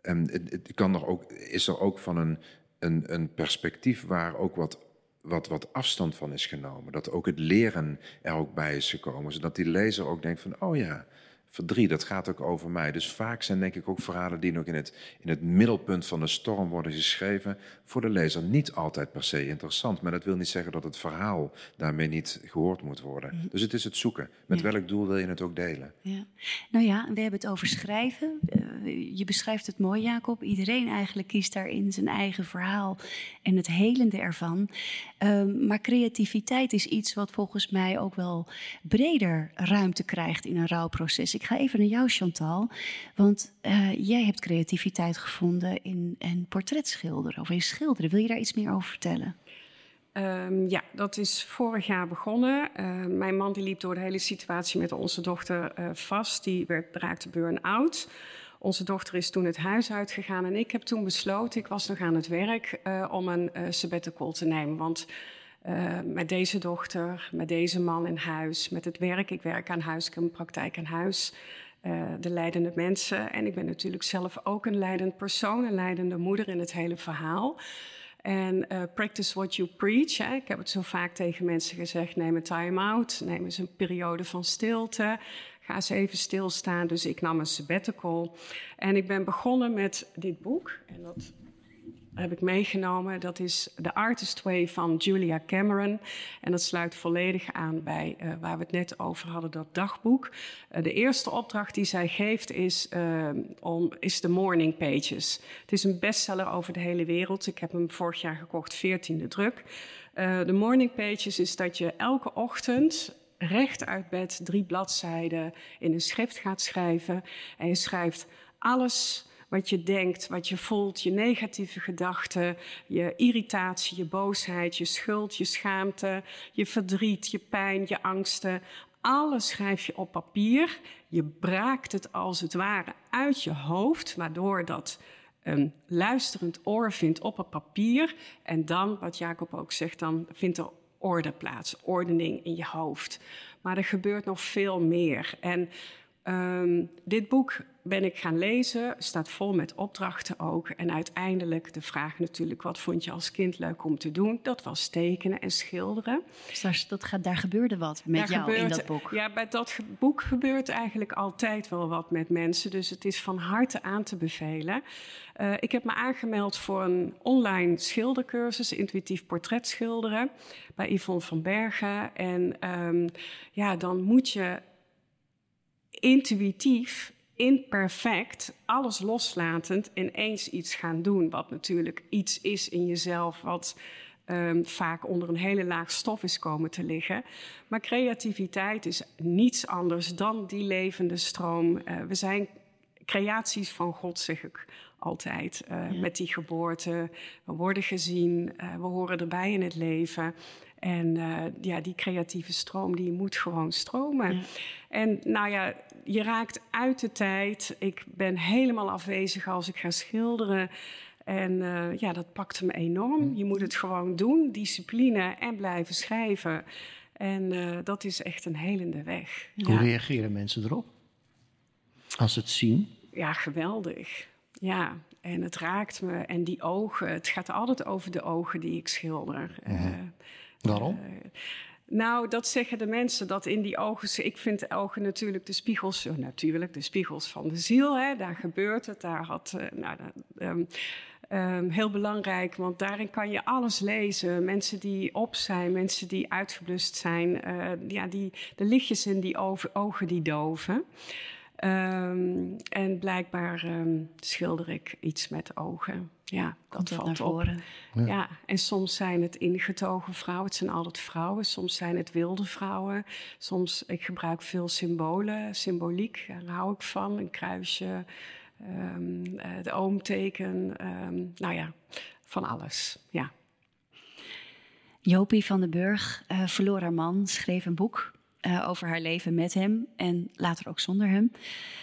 Is er ook van een perspectief waar ook wat afstand van is genomen. Dat ook het leren er ook bij is gekomen. Zodat die lezer ook denkt van, oh ja, verdriet, dat gaat ook over mij. Dus vaak zijn denk ik ook verhalen die nog in het middelpunt van de storm worden geschreven, voor de lezer niet altijd per se interessant. Maar dat wil niet zeggen dat het verhaal daarmee niet gehoord moet worden. Dus het is het zoeken. Met welk doel wil je het ook delen? Ja. Nou ja, we hebben het over schrijven. Je beschrijft het mooi, Jacob. Iedereen eigenlijk kiest daarin zijn eigen verhaal en het helende ervan. Maar creativiteit is iets wat volgens mij ook wel breder ruimte krijgt in een rouwproces. Ik ga even naar jou, Chantal. Want jij hebt creativiteit gevonden in portretschilderen of in schilderen. Wil je daar iets meer over vertellen? Ja, dat is vorig jaar begonnen. Mijn man die liep door de hele situatie met onze dochter vast. Die raakte burn-out. Onze dochter is toen het huis uitgegaan en ik heb toen besloten, ik was nog aan het werk, om een sabbatical te nemen. Want met deze dochter, met deze man in huis, met het werk, ik werk aan huis, ik heb een praktijk aan huis, de leidende mensen. En ik ben natuurlijk zelf ook een leidend persoon, een leidende moeder in het hele verhaal. En practice what you preach. Hè. Ik heb het zo vaak tegen mensen gezegd, neem een time-out, neem eens een periode van stilte. Ga eens even stilstaan. Dus ik nam een sabbatical. En ik ben begonnen met dit boek. En dat heb ik meegenomen. Dat is The Artist Way van Julia Cameron. En dat sluit volledig aan bij waar we het net over hadden, dat dagboek. De eerste opdracht die zij geeft is de Morning Pages. Het is een bestseller over de hele wereld. Ik heb hem vorig jaar gekocht, 14e druk. De Morning Pages is dat je elke ochtend recht uit bed 3 bladzijden in een schrift gaat schrijven. En je schrijft alles wat je denkt, wat je voelt, je negatieve gedachten, je irritatie, je boosheid, je schuld, je schaamte, je verdriet, je pijn, je angsten. Alles schrijf je op papier. Je braakt het als het ware uit je hoofd, waardoor dat een luisterend oor vindt op het papier. En dan, wat Jacob ook zegt, dan vindt er orde plaats, ordening in je hoofd. Maar er gebeurt nog veel meer. En dit boek ben ik gaan lezen, staat vol met opdrachten ook. En uiteindelijk de vraag natuurlijk, wat vond je als kind leuk om te doen? Dat was tekenen en schilderen. Dus daar gebeurde wat met jou in dat boek? Ja, bij dat boek gebeurt eigenlijk altijd wel wat met mensen. Dus het is van harte aan te bevelen. Ik heb me aangemeld voor een online schildercursus, intuïtief portretschilderen, bij Yvonne van Bergen. En dan moet je intuïtief, imperfect, alles loslatend ineens iets gaan doen. Wat natuurlijk iets is in jezelf wat vaak onder een hele laag stof is komen te liggen. Maar creativiteit is niets anders dan die levende stroom. We zijn creaties van God, zeg ik altijd. Met die geboorte. We worden gezien, we horen erbij in het leven. En die creatieve stroom, die moet gewoon stromen. Ja. En je raakt uit de tijd. Ik ben helemaal afwezig als ik ga schilderen. En dat pakte me enorm. Je moet het gewoon doen, discipline en blijven schrijven. En dat is echt een helende weg. Hoe reageren mensen erop? Als ze het zien? Ja, geweldig. Ja, en het raakt me. En die ogen, het gaat altijd over de ogen die ik schilder. Waarom? Dat zeggen de mensen, dat in die ogen... Ik vind de ogen natuurlijk de spiegels van de ziel. Hè. Daar gebeurt het. Daar had... heel belangrijk, want daarin kan je alles lezen. Mensen die op zijn, mensen die uitgeblust zijn. De lichtjes in die ogen die doven. En blijkbaar schilder ik iets met ogen. Ja, dat valt naar voren. Ja, en soms zijn het ingetogen vrouwen. Het zijn altijd vrouwen. Soms zijn het wilde vrouwen. Soms, ik gebruik veel symbolen, symboliek. Daar hou ik van. Een kruisje, de oomteken. Van alles, ja. Jopie van den Burg verloor haar man, schreef een boek over haar leven met hem en later ook zonder hem.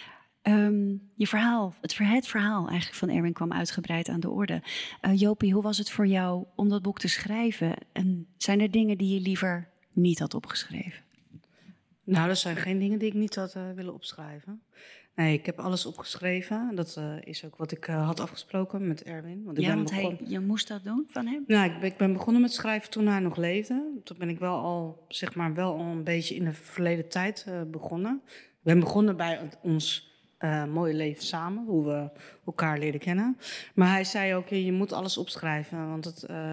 Het verhaal eigenlijk van Erwin kwam uitgebreid aan de orde. Jopie, hoe was het voor jou om dat boek te schrijven? En zijn er dingen die je liever niet had opgeschreven? Nou, er zijn geen dingen die ik niet had willen opschrijven. Nee, ik heb alles opgeschreven. Dat is ook wat ik had afgesproken met Erwin. Want je moest dat doen van hem? Nou, ik ben begonnen met schrijven toen hij nog leefde. Toen ben ik wel al een beetje in de verleden tijd begonnen. Ik ben begonnen bij ons mooie leven samen, hoe we elkaar leren kennen. Maar hij zei ook, je moet alles opschrijven. Want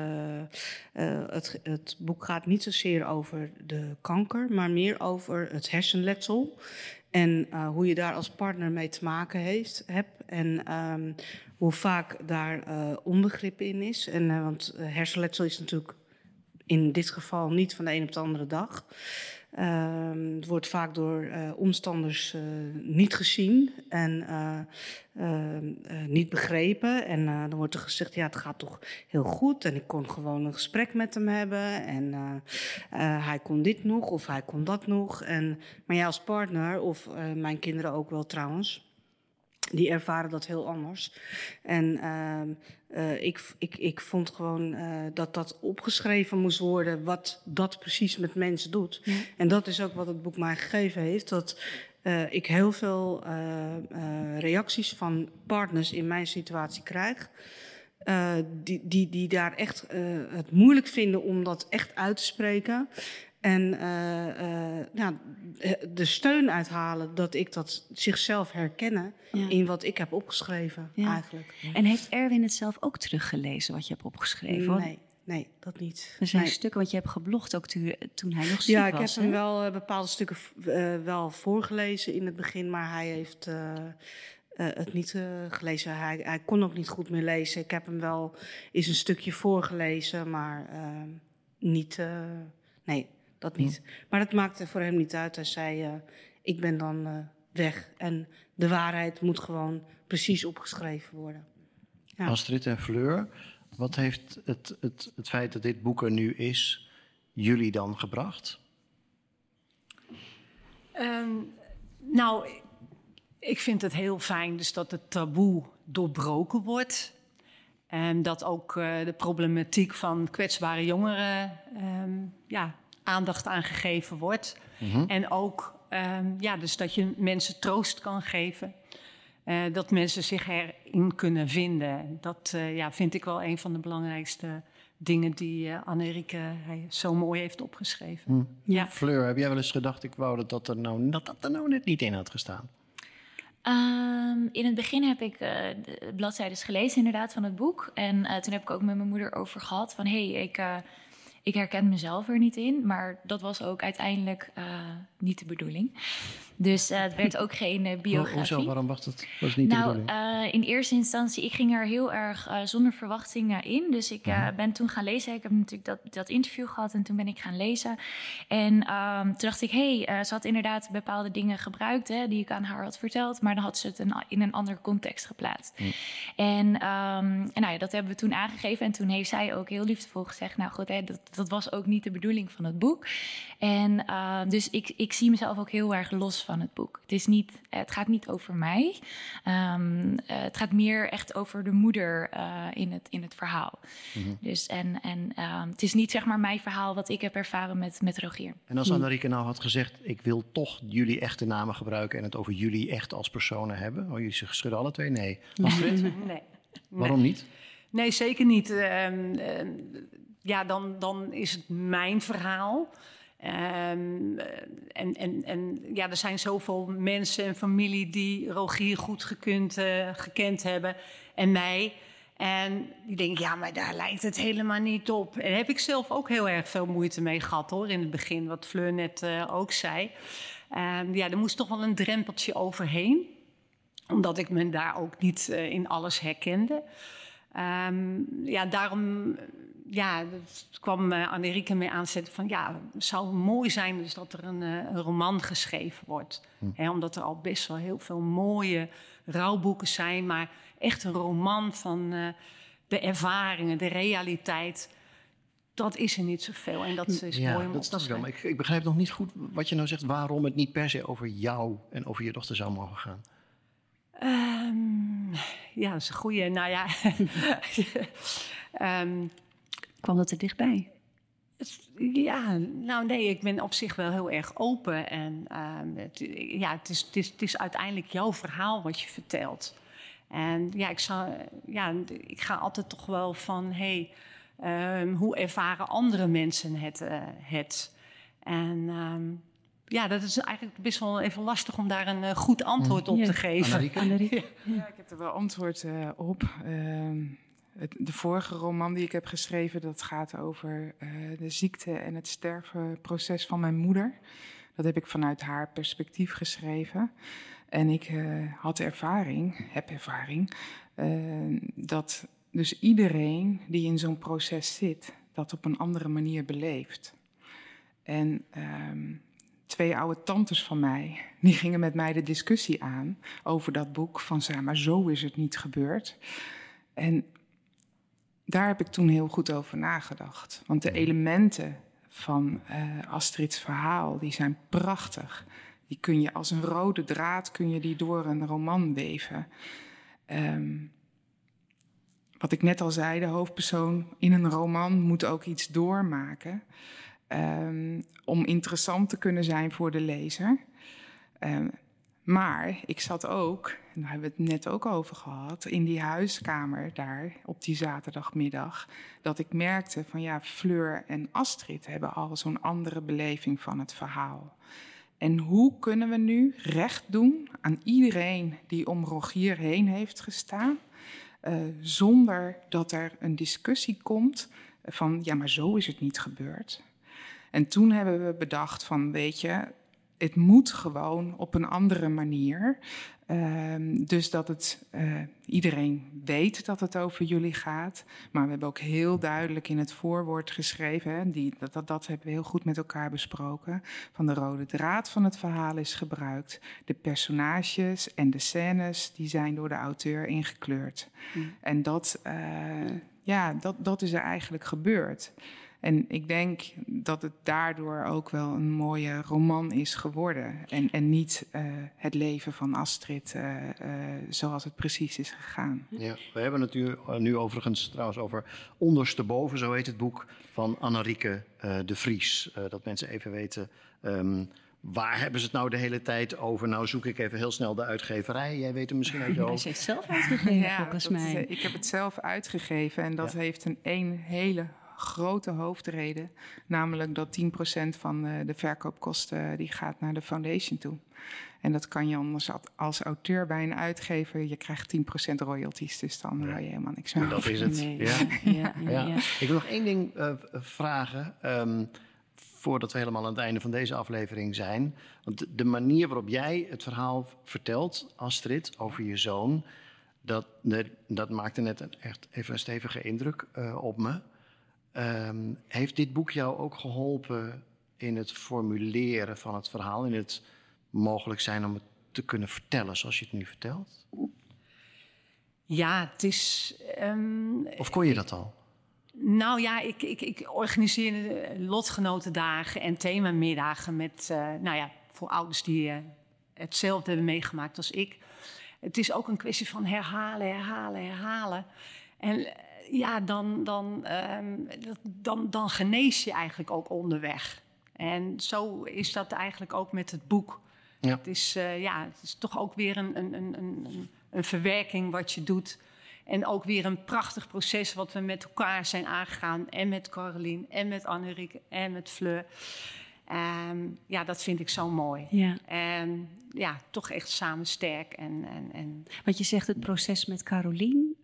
het boek gaat niet zozeer over de kanker, maar meer over het hersenletsel. En hoe je daar als partner mee te maken hebt. En hoe vaak daar onbegrip in is. Want hersenletsel is natuurlijk in dit geval niet van de een op de andere dag. Het wordt vaak door omstanders niet gezien en niet begrepen. En dan wordt er gezegd, ja, het gaat toch heel goed. En ik kon gewoon een gesprek met hem hebben. En hij kon dit nog of hij kon dat nog. Maar jij als partner, of mijn kinderen ook wel trouwens, die ervaren dat heel anders. En ik vond gewoon dat opgeschreven moest worden, wat dat precies met mensen doet. Ja. En dat is ook wat het boek mij gegeven heeft. Dat ik heel veel reacties van partners in mijn situatie krijg. Die daar echt het moeilijk vinden om dat echt uit te spreken. En de steun uithalen dat ik dat zichzelf herkennen in wat ik heb opgeschreven eigenlijk. En heeft Erwin het zelf ook teruggelezen wat je hebt opgeschreven? Nee, dat niet. Er zijn stukken, want je hebt geblogd ook toen hij nog ziek was. Ja, ik heb hem wel bepaalde stukken wel voorgelezen in het begin, maar hij heeft het niet gelezen. Hij kon ook niet goed meer lezen. Ik heb hem wel eens een stukje voorgelezen, maar niet... nee. Dat niet. Maar dat maakte voor hem niet uit. Hij zei, ik ben dan weg. En de waarheid moet gewoon precies opgeschreven worden. Ja. Astrid en Fleur, wat heeft het feit dat dit boek er nu is, jullie dan gebracht? Nou, ik vind het heel fijn dus dat het taboe doorbroken wordt. En dat ook de problematiek van kwetsbare jongeren... aandacht aan gegeven wordt. Mm-hmm. En ook dus dat je mensen troost kan geven. Dat mensen zich erin kunnen vinden. Dat vind ik wel een van de belangrijkste dingen die Anne-Rieke zo mooi heeft opgeschreven. Mm. Ja. Fleur, heb jij wel eens gedacht, ik wou dat er nou net niet in had gestaan? In het begin heb ik de bladzijden gelezen inderdaad van het boek. En toen heb ik ook met mijn moeder over gehad van... Ik herken mezelf er niet in, maar dat was ook uiteindelijk niet de bedoeling. Dus het werd ook geen biografie. Hoezo? Waarom was niet de bedoeling? In eerste instantie, ik ging er heel erg zonder verwachtingen in. Dus ik ben toen gaan lezen. Ik heb natuurlijk dat interview gehad en toen ben ik gaan lezen. En toen dacht ik, ze had inderdaad bepaalde dingen gebruikt... die ik aan haar had verteld, maar dan had ze het in een andere context geplaatst. En dat hebben we toen aangegeven. En toen heeft zij ook heel liefdevol gezegd... nou goed, dat was ook niet de bedoeling van het boek. En dus ik zie mezelf ook heel erg los van het boek. Het gaat niet over mij. Het gaat meer echt over de moeder in het verhaal. Mm-hmm. Dus het is niet zeg maar mijn verhaal wat ik heb ervaren met Rogier. En als Anne-Rieke nou had gezegd... ik wil toch jullie echte namen gebruiken... en het over jullie echt als personen hebben... jullie schudden alle twee? Nee. Astrid? Nee. Waarom niet? Nee, zeker niet. Dan is het mijn verhaal... er zijn zoveel mensen en familie die Rogier goed gekend hebben en mij. En die denken, maar daar lijkt het helemaal niet op. En daar heb ik zelf ook heel erg veel moeite mee gehad, hoor, in het begin, wat Fleur net ook zei. Er moest toch wel een drempeltje overheen, omdat ik me daar ook niet in alles herkende. Daarom... dat kwam Anne-Rieke mee aanzetten van... het zou mooi zijn dus dat er een roman geschreven wordt. Omdat er al best wel heel veel mooie rouwboeken zijn... maar echt een roman van de ervaringen, de realiteit... dat is er niet zoveel en dat is mooi om op te schrijven. Ik begrijp nog niet goed wat je nou zegt... waarom het niet per se over jou en over je dochter zou mogen gaan. Dat is een goeie. Nou ja... Kwam dat er dichtbij? Ik ben op zich wel heel erg open. En het is uiteindelijk jouw verhaal wat je vertelt. En ik ga altijd toch wel van... hoe ervaren andere mensen het? En dat is eigenlijk best wel even lastig om daar een goed antwoord op te geven. Anne-Rieke? Ja, ik heb er wel antwoord op. De vorige roman die ik heb geschreven... dat gaat over de ziekte en het stervenproces van mijn moeder. Dat heb ik vanuit haar perspectief geschreven. En ik heb ervaring... dat dus iedereen die in zo'n proces zit... dat op een andere manier beleeft. En 2 oude tantes van mij, die gingen met mij de discussie aan over dat boek van maar zo is het niet gebeurd. En daar heb ik toen heel goed over nagedacht. Want de elementen van Astrid's verhaal, die zijn prachtig. Die kun je als een rode draad door een roman weven. Wat ik net al zei, de hoofdpersoon in een roman moet ook iets doormaken. Om interessant te kunnen zijn voor de lezer. Maar ik zat ook, en daar hebben we het net ook over gehad, in die huiskamer daar op die zaterdagmiddag, dat ik merkte van Fleur en Astrid hebben al zo'n andere beleving van het verhaal. En hoe kunnen we nu recht doen aan iedereen die om Rogier heen heeft gestaan, zonder dat er een discussie komt van maar zo is het niet gebeurd. En toen hebben we bedacht van het moet gewoon op een andere manier. Dus dat het iedereen weet dat het over jullie gaat. Maar we hebben ook heel duidelijk in het voorwoord geschreven, dat hebben we heel goed met elkaar besproken, van de rode draad van het verhaal is gebruikt. De personages en de scènes die zijn door de auteur ingekleurd. En dat is er eigenlijk gebeurd. En ik denk dat het daardoor ook wel een mooie roman is geworden. En niet het leven van Astrid zoals het precies is gegaan. Ja, we hebben het nu overigens trouwens over Ondersteboven, zo heet het boek van Annerieke de Vries. Dat mensen even weten, waar hebben ze het nou de hele tijd over? Nou zoek ik even heel snel de uitgeverij. Jij weet hem misschien uit je hoofd. Ze heeft zelf uitgegeven, volgens mij. Ik heb het zelf uitgegeven en dat heeft een hele grote hoofdreden, namelijk dat 10% van de verkoopkosten die gaat naar de foundation toe. En dat kan je anders als auteur bij een uitgever, je krijgt 10% royalties, dus dan wil je helemaal niks meer. Dat is het. Nee. Ja. Ik wil nog één ding vragen, voordat we helemaal aan het einde van deze aflevering zijn. Want de manier waarop jij het verhaal vertelt, Astrid, over je zoon, dat maakte net echt even een stevige indruk op me. Heeft dit boek jou ook geholpen in het formuleren van het verhaal, in het mogelijk zijn om het te kunnen vertellen zoals je het nu vertelt? Ja, het is... Of kon je dat al? Nou ja, ik organiseerde lotgenotendagen en themamiddagen met, voor ouders die hetzelfde hebben meegemaakt als ik. Het is ook een kwestie van herhalen. En dan genees je eigenlijk ook onderweg. En zo is dat eigenlijk ook met het boek. Ja. Het is toch ook weer een verwerking wat je doet. En ook weer een prachtig proces wat we met elkaar zijn aangegaan. En met Carolien, en met Annerieke, en met Fleur. Dat vind ik zo mooi. Ja. En toch echt samen sterk. Want je zegt het proces met Carolien.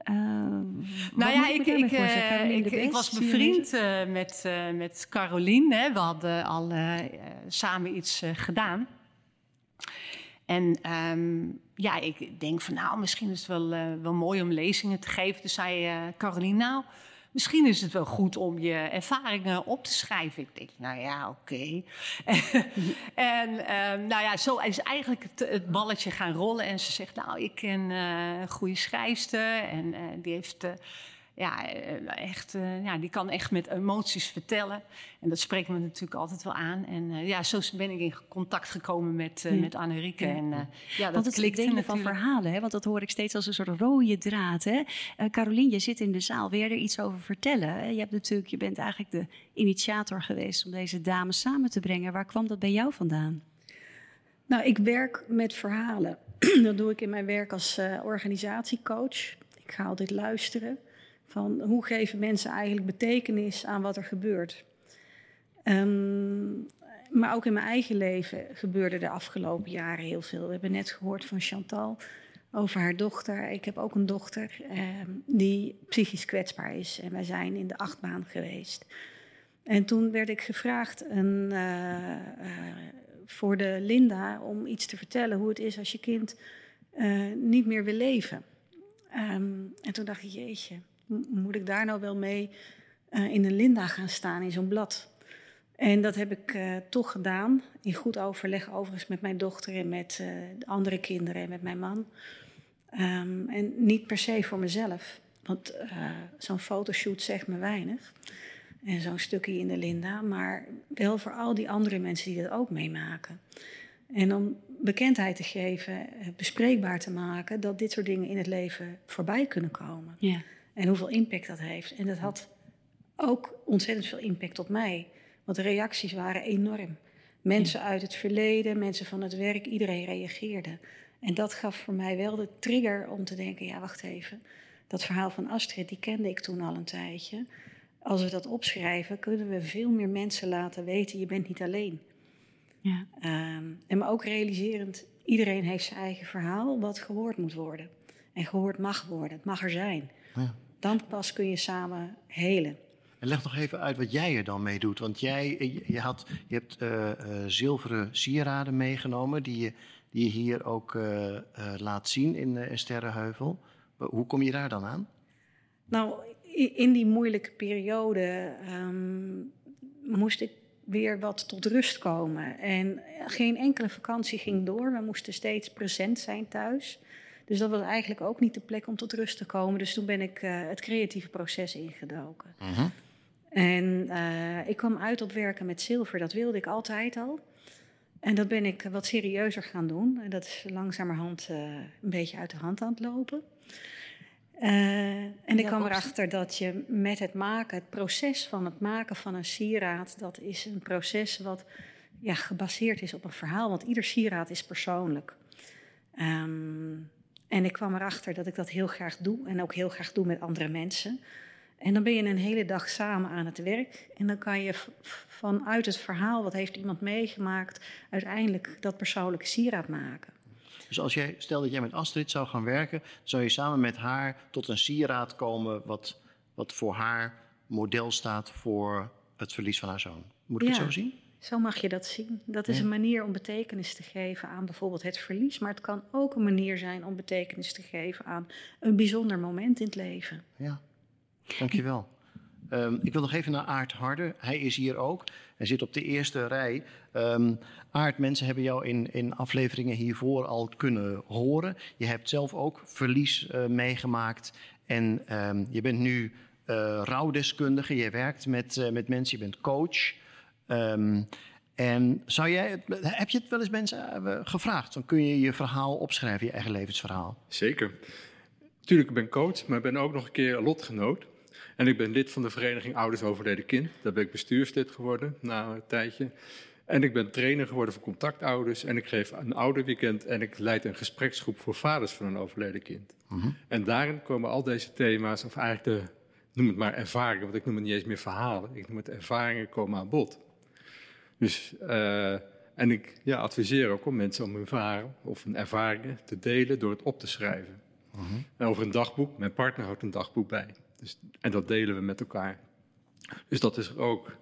Ik was bevriend met Carolien. Hè. We hadden al samen iets gedaan. En ik denk van misschien is het wel mooi om lezingen te geven. Dus zei Carolien, misschien is het wel goed om je ervaringen op te schrijven. Ik denk, oké. En zo is eigenlijk het balletje gaan rollen. En ze zegt, ik ken een goede schrijfster. En die heeft... die kan echt met emoties vertellen. En dat spreekt me natuurlijk altijd wel aan. En zo ben ik in contact gekomen met Annerieke. Ja. Dat het delen van verhalen, hè? Want dat hoor ik steeds als een soort rode draad. Hè? Carolien, je zit in de zaal. Wil je er iets over vertellen? Hè? Je bent eigenlijk de initiator geweest om deze dames samen te brengen. Waar kwam dat bij jou vandaan? Nou, ik werk met verhalen. Dat doe ik in mijn werk als organisatiecoach. Ik ga altijd luisteren. Van hoe geven mensen eigenlijk betekenis aan wat er gebeurt. Maar ook in mijn eigen leven gebeurde de afgelopen jaren heel veel. We hebben net gehoord van Chantal over haar dochter. Ik heb ook een dochter die psychisch kwetsbaar is. En wij zijn in de 8-baan geweest. En toen werd ik gevraagd voor de Linda om iets te vertellen hoe het is als je kind niet meer wil leven. En toen dacht ik, jeetje, moet ik daar nou wel mee in een Linda gaan staan in zo'n blad. En dat heb ik toch gedaan, in goed overleg overigens met mijn dochter en met de andere kinderen en met mijn man. En niet per se voor mezelf, want zo'n fotoshoot zegt me weinig. En zo'n stukje in de Linda, maar wel voor al die andere mensen die dat ook meemaken. En om bekendheid te geven, bespreekbaar te maken, dat dit soort dingen in het leven voorbij kunnen komen. Ja. En hoeveel impact dat heeft. En dat had ook ontzettend veel impact op mij. Want de reacties waren enorm. Mensen uit het verleden, mensen van het werk, iedereen reageerde. En dat gaf voor mij wel de trigger om te denken, ja, wacht even. Dat verhaal van Astrid, die kende ik toen al een tijdje. Als we dat opschrijven, kunnen we veel meer mensen laten weten, je bent niet alleen. Ja. En maar ook realiserend, iedereen heeft zijn eigen verhaal wat gehoord moet worden. En gehoord mag worden, het mag er zijn. Ja. Dan pas kun je samen helen. En leg nog even uit wat jij er dan mee doet. Want je hebt zilveren sieraden meegenomen die je hier ook laat zien in Sterrenheuvel. Hoe kom je daar dan aan? Nou, in die moeilijke periode moest ik weer wat tot rust komen. En geen enkele vakantie ging door. We moesten steeds present zijn thuis. Dus dat was eigenlijk ook niet de plek om tot rust te komen. Dus toen ben ik het creatieve proces ingedoken. Uh-huh. En ik kwam uit op werken met zilver. Dat wilde ik altijd al. En dat ben ik wat serieuzer gaan doen. En dat is langzamerhand een beetje uit de hand aan het lopen. En ik kwam erachter dat je met het proces van het maken van een sieraad, dat is een proces wat gebaseerd is op een verhaal. Want ieder sieraad is persoonlijk. En ik kwam erachter dat ik dat heel graag doe. En ook heel graag doe met andere mensen. En dan ben je een hele dag samen aan het werk. En dan kan je vanuit het verhaal, wat heeft iemand meegemaakt, uiteindelijk dat persoonlijke sieraad maken. Dus stel dat jij met Astrid zou gaan werken, zou je samen met haar tot een sieraad komen wat voor haar model staat voor het verlies van haar zoon. Moet ik het zo zien? Zo mag je dat zien. Dat is een manier om betekenis te geven aan bijvoorbeeld het verlies. Maar het kan ook een manier zijn om betekenis te geven aan een bijzonder moment in het leven. Ja, dankjewel. Ik wil nog even naar Aart Harder. Hij is hier ook. Hij zit op de eerste rij. Aart, mensen hebben jou in afleveringen hiervoor al kunnen horen. Je hebt zelf ook verlies meegemaakt. En je bent nu rouwdeskundige. Je werkt met mensen, je bent coach. En heb je het wel eens mensen gevraagd? Dan kun je je verhaal opschrijven, je eigen levensverhaal. Zeker. Tuurlijk, ik ben coach, maar ik ben ook nog een keer lotgenoot. En ik ben lid van de vereniging Ouders Overleden Kind. Daar ben ik bestuurslid geworden na een tijdje. En ik ben trainer geworden voor contactouders. En ik geef een ouderweekend en ik leid een gespreksgroep voor vaders van een overleden kind. Mm-hmm. En daarin komen al deze thema's, of eigenlijk noem het maar ervaringen, want ik noem het niet eens meer verhalen. Ik noem het ervaringen komen aan bod. Dus, en ik adviseer ook om mensen om hun verhaal of hun ervaringen te delen door het op te schrijven. Mm-hmm. En over een dagboek, mijn partner houdt een dagboek bij. Dus, en dat delen we met elkaar. Dus dat is er ook.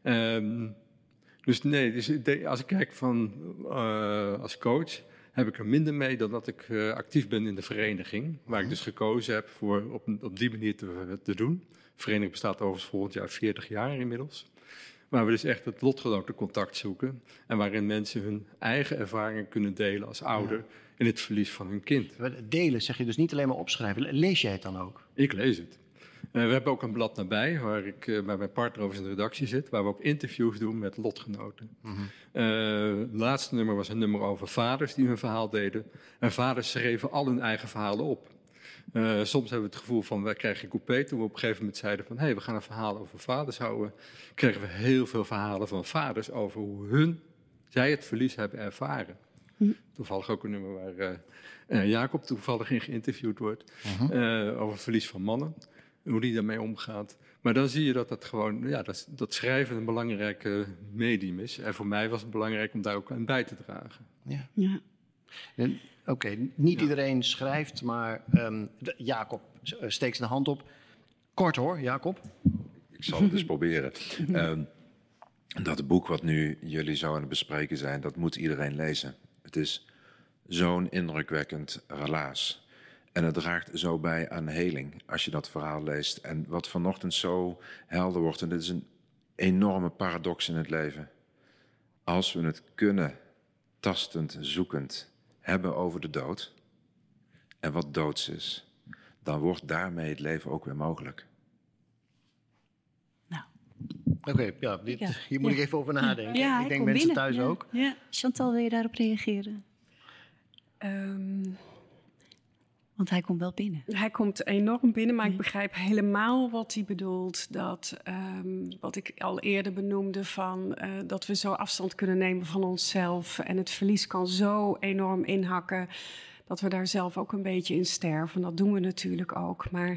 Als ik kijk als coach, heb ik er minder mee dan dat ik actief ben in de vereniging. Waar ik dus gekozen heb voor op die manier te doen. De vereniging bestaat overigens volgend jaar 40 jaar inmiddels. Waar we dus echt het lotgenotencontact zoeken. En waarin mensen hun eigen ervaringen kunnen delen als ouder in het verlies van hun kind. Delen zeg je dus niet alleen maar opschrijven. Lees jij het dan ook? Ik lees het. We hebben ook een blad nabij, waar ik bij mijn partner over in de redactie zit, waar we ook interviews doen met lotgenoten. Mm-hmm. Het laatste nummer was een nummer over vaders die hun verhaal deden. En vaders schreven al hun eigen verhalen op. Soms hebben we het gevoel van, wij krijgen een coupé. Toen we op een gegeven moment zeiden van, we gaan een verhaal over vaders houden, kregen we heel veel verhalen van vaders over hoe zij het verlies hebben ervaren. Mm-hmm. Toevallig ook een nummer waar Jacob toevallig in geïnterviewd wordt, over het verlies van mannen. Hoe die daarmee omgaat. Maar dan zie je dat gewoon, dat schrijven een belangrijke medium is. En voor mij was het belangrijk om daar ook aan bij te dragen. Ja. Oké, niet iedereen schrijft, maar Jacob steekt zijn hand op. Kort hoor, Jacob. Ik zal het eens proberen. Dat boek wat nu jullie zo aan het bespreken zijn, dat moet iedereen lezen. Het is zo'n indrukwekkend relaas. En het draagt zo bij aan heling als je dat verhaal leest. En wat vanochtend zo helder wordt, en dit is een enorme paradox in het leven. Als we het kunnen, tastend, zoekend, hebben over de dood en wat doods is, dan wordt daarmee het leven ook weer mogelijk. Oké, hier moet ik even over nadenken. Ja, ik denk mensen thuis ook. Ja. Chantal, wil je daarop reageren? Want hij komt wel binnen. Hij komt enorm binnen, maar ik begrijp helemaal wat hij bedoelt. Dat, wat ik al eerder benoemde, van, dat we zo afstand kunnen nemen van onszelf. En het verlies kan zo enorm inhakken dat we daar zelf ook een beetje in sterven. Dat doen we natuurlijk ook. Maar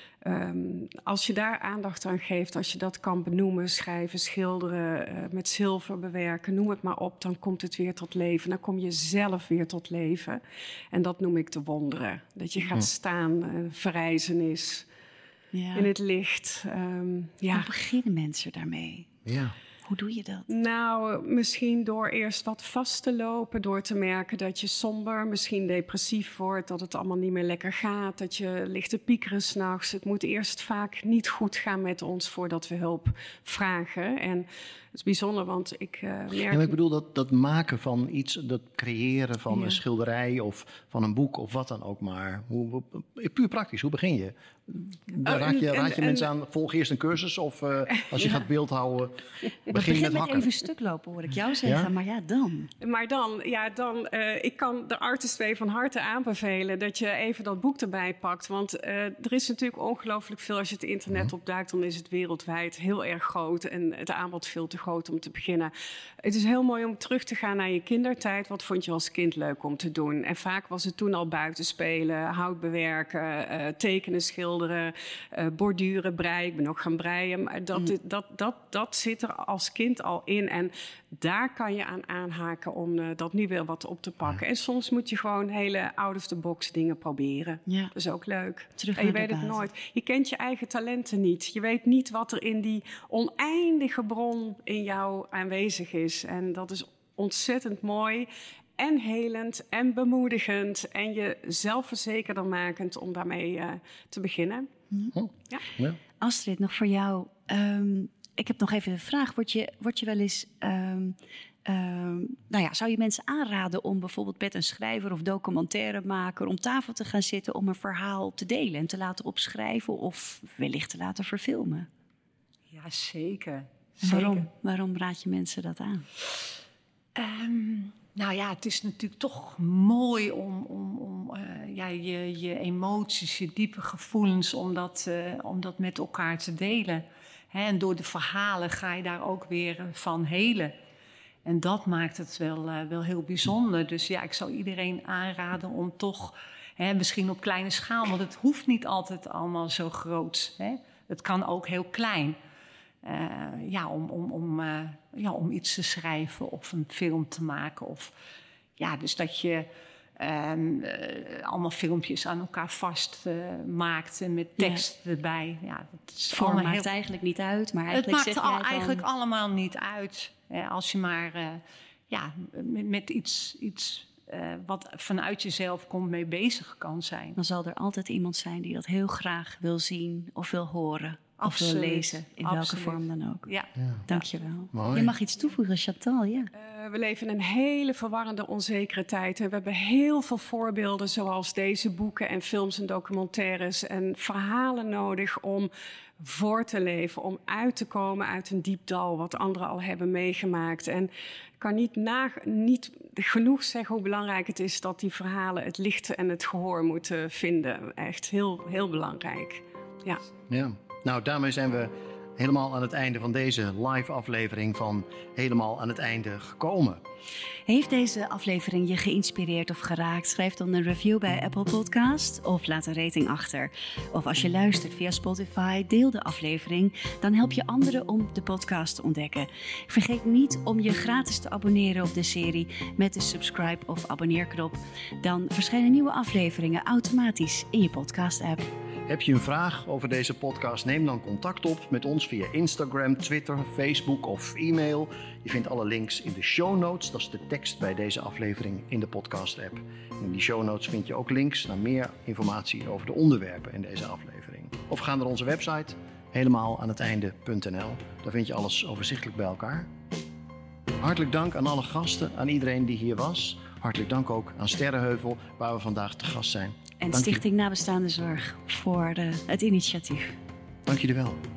als je daar aandacht aan geeft, als je dat kan benoemen, schrijven, schilderen, met zilver bewerken, noem het maar op, dan komt het weer tot leven. Dan kom je zelf weer tot leven. En dat noem ik de wonderen. Dat je gaat staan, verrijzenis, in het licht. Hoe beginnen mensen daarmee? Ja. Hoe doe je dat? Nou, misschien door eerst wat vast te lopen, door te merken dat je somber, misschien depressief wordt, dat het allemaal niet meer lekker gaat, dat je ligt te piekeren 's nachts. Het moet eerst vaak niet goed gaan met ons voordat we hulp vragen. En het is bijzonder, want ik merk... Ja, maar ik bedoel, dat maken van iets, dat creëren van een schilderij of van een boek of wat dan ook maar. Puur praktisch, hoe begin je? Raad je mensen aan, volg eerst een cursus of als je gaat beeldhouden, begin met hakken? Even stuk lopen, hoor ik jou zeggen, Ja? maar dan? Maar dan, ik kan de Artist Way van harte aanbevelen dat je even dat boek erbij pakt. Want er is natuurlijk ongelooflijk veel. Als je het internet opduikt, dan is het wereldwijd heel erg groot. En het aanbod veel te groot om te beginnen. Het is heel mooi om terug te gaan naar je kindertijd. Wat vond je als kind leuk om te doen? En vaak was het toen al buiten spelen, hout bewerken, tekenen, schilderen, borduren, breien. Ik ben ook gaan breien. Maar dat zit er als kind al in. En daar kan je aan aanhaken om dat nu weer wat op te pakken. En soms moet je gewoon hele out-of-the-box dingen proberen. Ja. Dat is ook leuk. Terug En je naar de weet het basis. nooit. Je kent je eigen talenten niet. Je weet niet wat er in die oneindige bron in jou aanwezig is. En dat is ontzettend mooi en helend en bemoedigend en je zelfverzekerder makend om daarmee te beginnen. Ja. Astrid, nog voor jou. Ik heb nog even een vraag. Word je wel eens... zou je mensen aanraden om bijvoorbeeld met een schrijver of documentairemaker om tafel te gaan zitten om een verhaal te delen en te laten opschrijven of wellicht te laten verfilmen? Ja, zeker. Waarom raad je mensen dat aan? Het is natuurlijk toch mooi om je emoties, je diepe gevoelens, om dat met elkaar te delen. En door de verhalen ga je daar ook weer van helen. En dat maakt het wel heel bijzonder. Dus ja, ik zou iedereen aanraden om toch, misschien op kleine schaal, want het hoeft niet altijd allemaal zo groot. Het kan ook heel klein. Om iets te schrijven of een film te maken. Dus dat je allemaal filmpjes aan elkaar vast maakt en met tekst erbij. Ja, dat is Vorm maakt eigenlijk niet uit, maar eigenlijk het maakt eigenlijk allemaal niet uit. Als je maar met iets wat vanuit jezelf komt mee bezig kan zijn. Dan zal er altijd iemand zijn die dat heel graag wil zien of wil horen. Absoluut. Of wil lezen, in welke vorm dan ook. Ja. Dank je wel. Mooi. Je mag iets toevoegen, Chantal. Ja. We leven in een hele verwarrende, onzekere tijd. En we hebben heel veel voorbeelden zoals deze boeken en films en documentaires en verhalen nodig om voor te leven, om uit te komen uit een diep dal wat anderen al hebben meegemaakt. En ik kan niet genoeg zeggen hoe belangrijk het is dat die verhalen het licht en het gehoor moeten vinden. Echt heel, heel belangrijk. Ja. Nou, daarmee zijn we helemaal aan het einde van deze live aflevering van Helemaal aan het Einde gekomen. Heeft deze aflevering je geïnspireerd of geraakt? Schrijf dan een review bij Apple Podcast of laat een rating achter. Of als je luistert via Spotify, deel de aflevering. Dan help je anderen om de podcast te ontdekken. Vergeet niet om je gratis te abonneren op de serie met de subscribe of abonneerknop. Dan verschijnen nieuwe afleveringen automatisch in je podcast-app. Heb je een vraag over deze podcast? Neem dan contact op met ons via Instagram, Twitter, Facebook of e-mail. Je vindt alle links in de show notes. Dat is de tekst bij deze aflevering in de podcast-app. In die show notes vind je ook links naar meer informatie over de onderwerpen in deze aflevering. Of ga naar onze website, helemaal-aan-het-einde.nl. Daar vind je alles overzichtelijk bij elkaar. Hartelijk dank aan alle gasten, aan iedereen die hier was. Hartelijk dank ook aan Sterrenheuvel, waar we vandaag te gast zijn. En Stichting Nabestaande Zorg voor het initiatief. Dank jullie wel.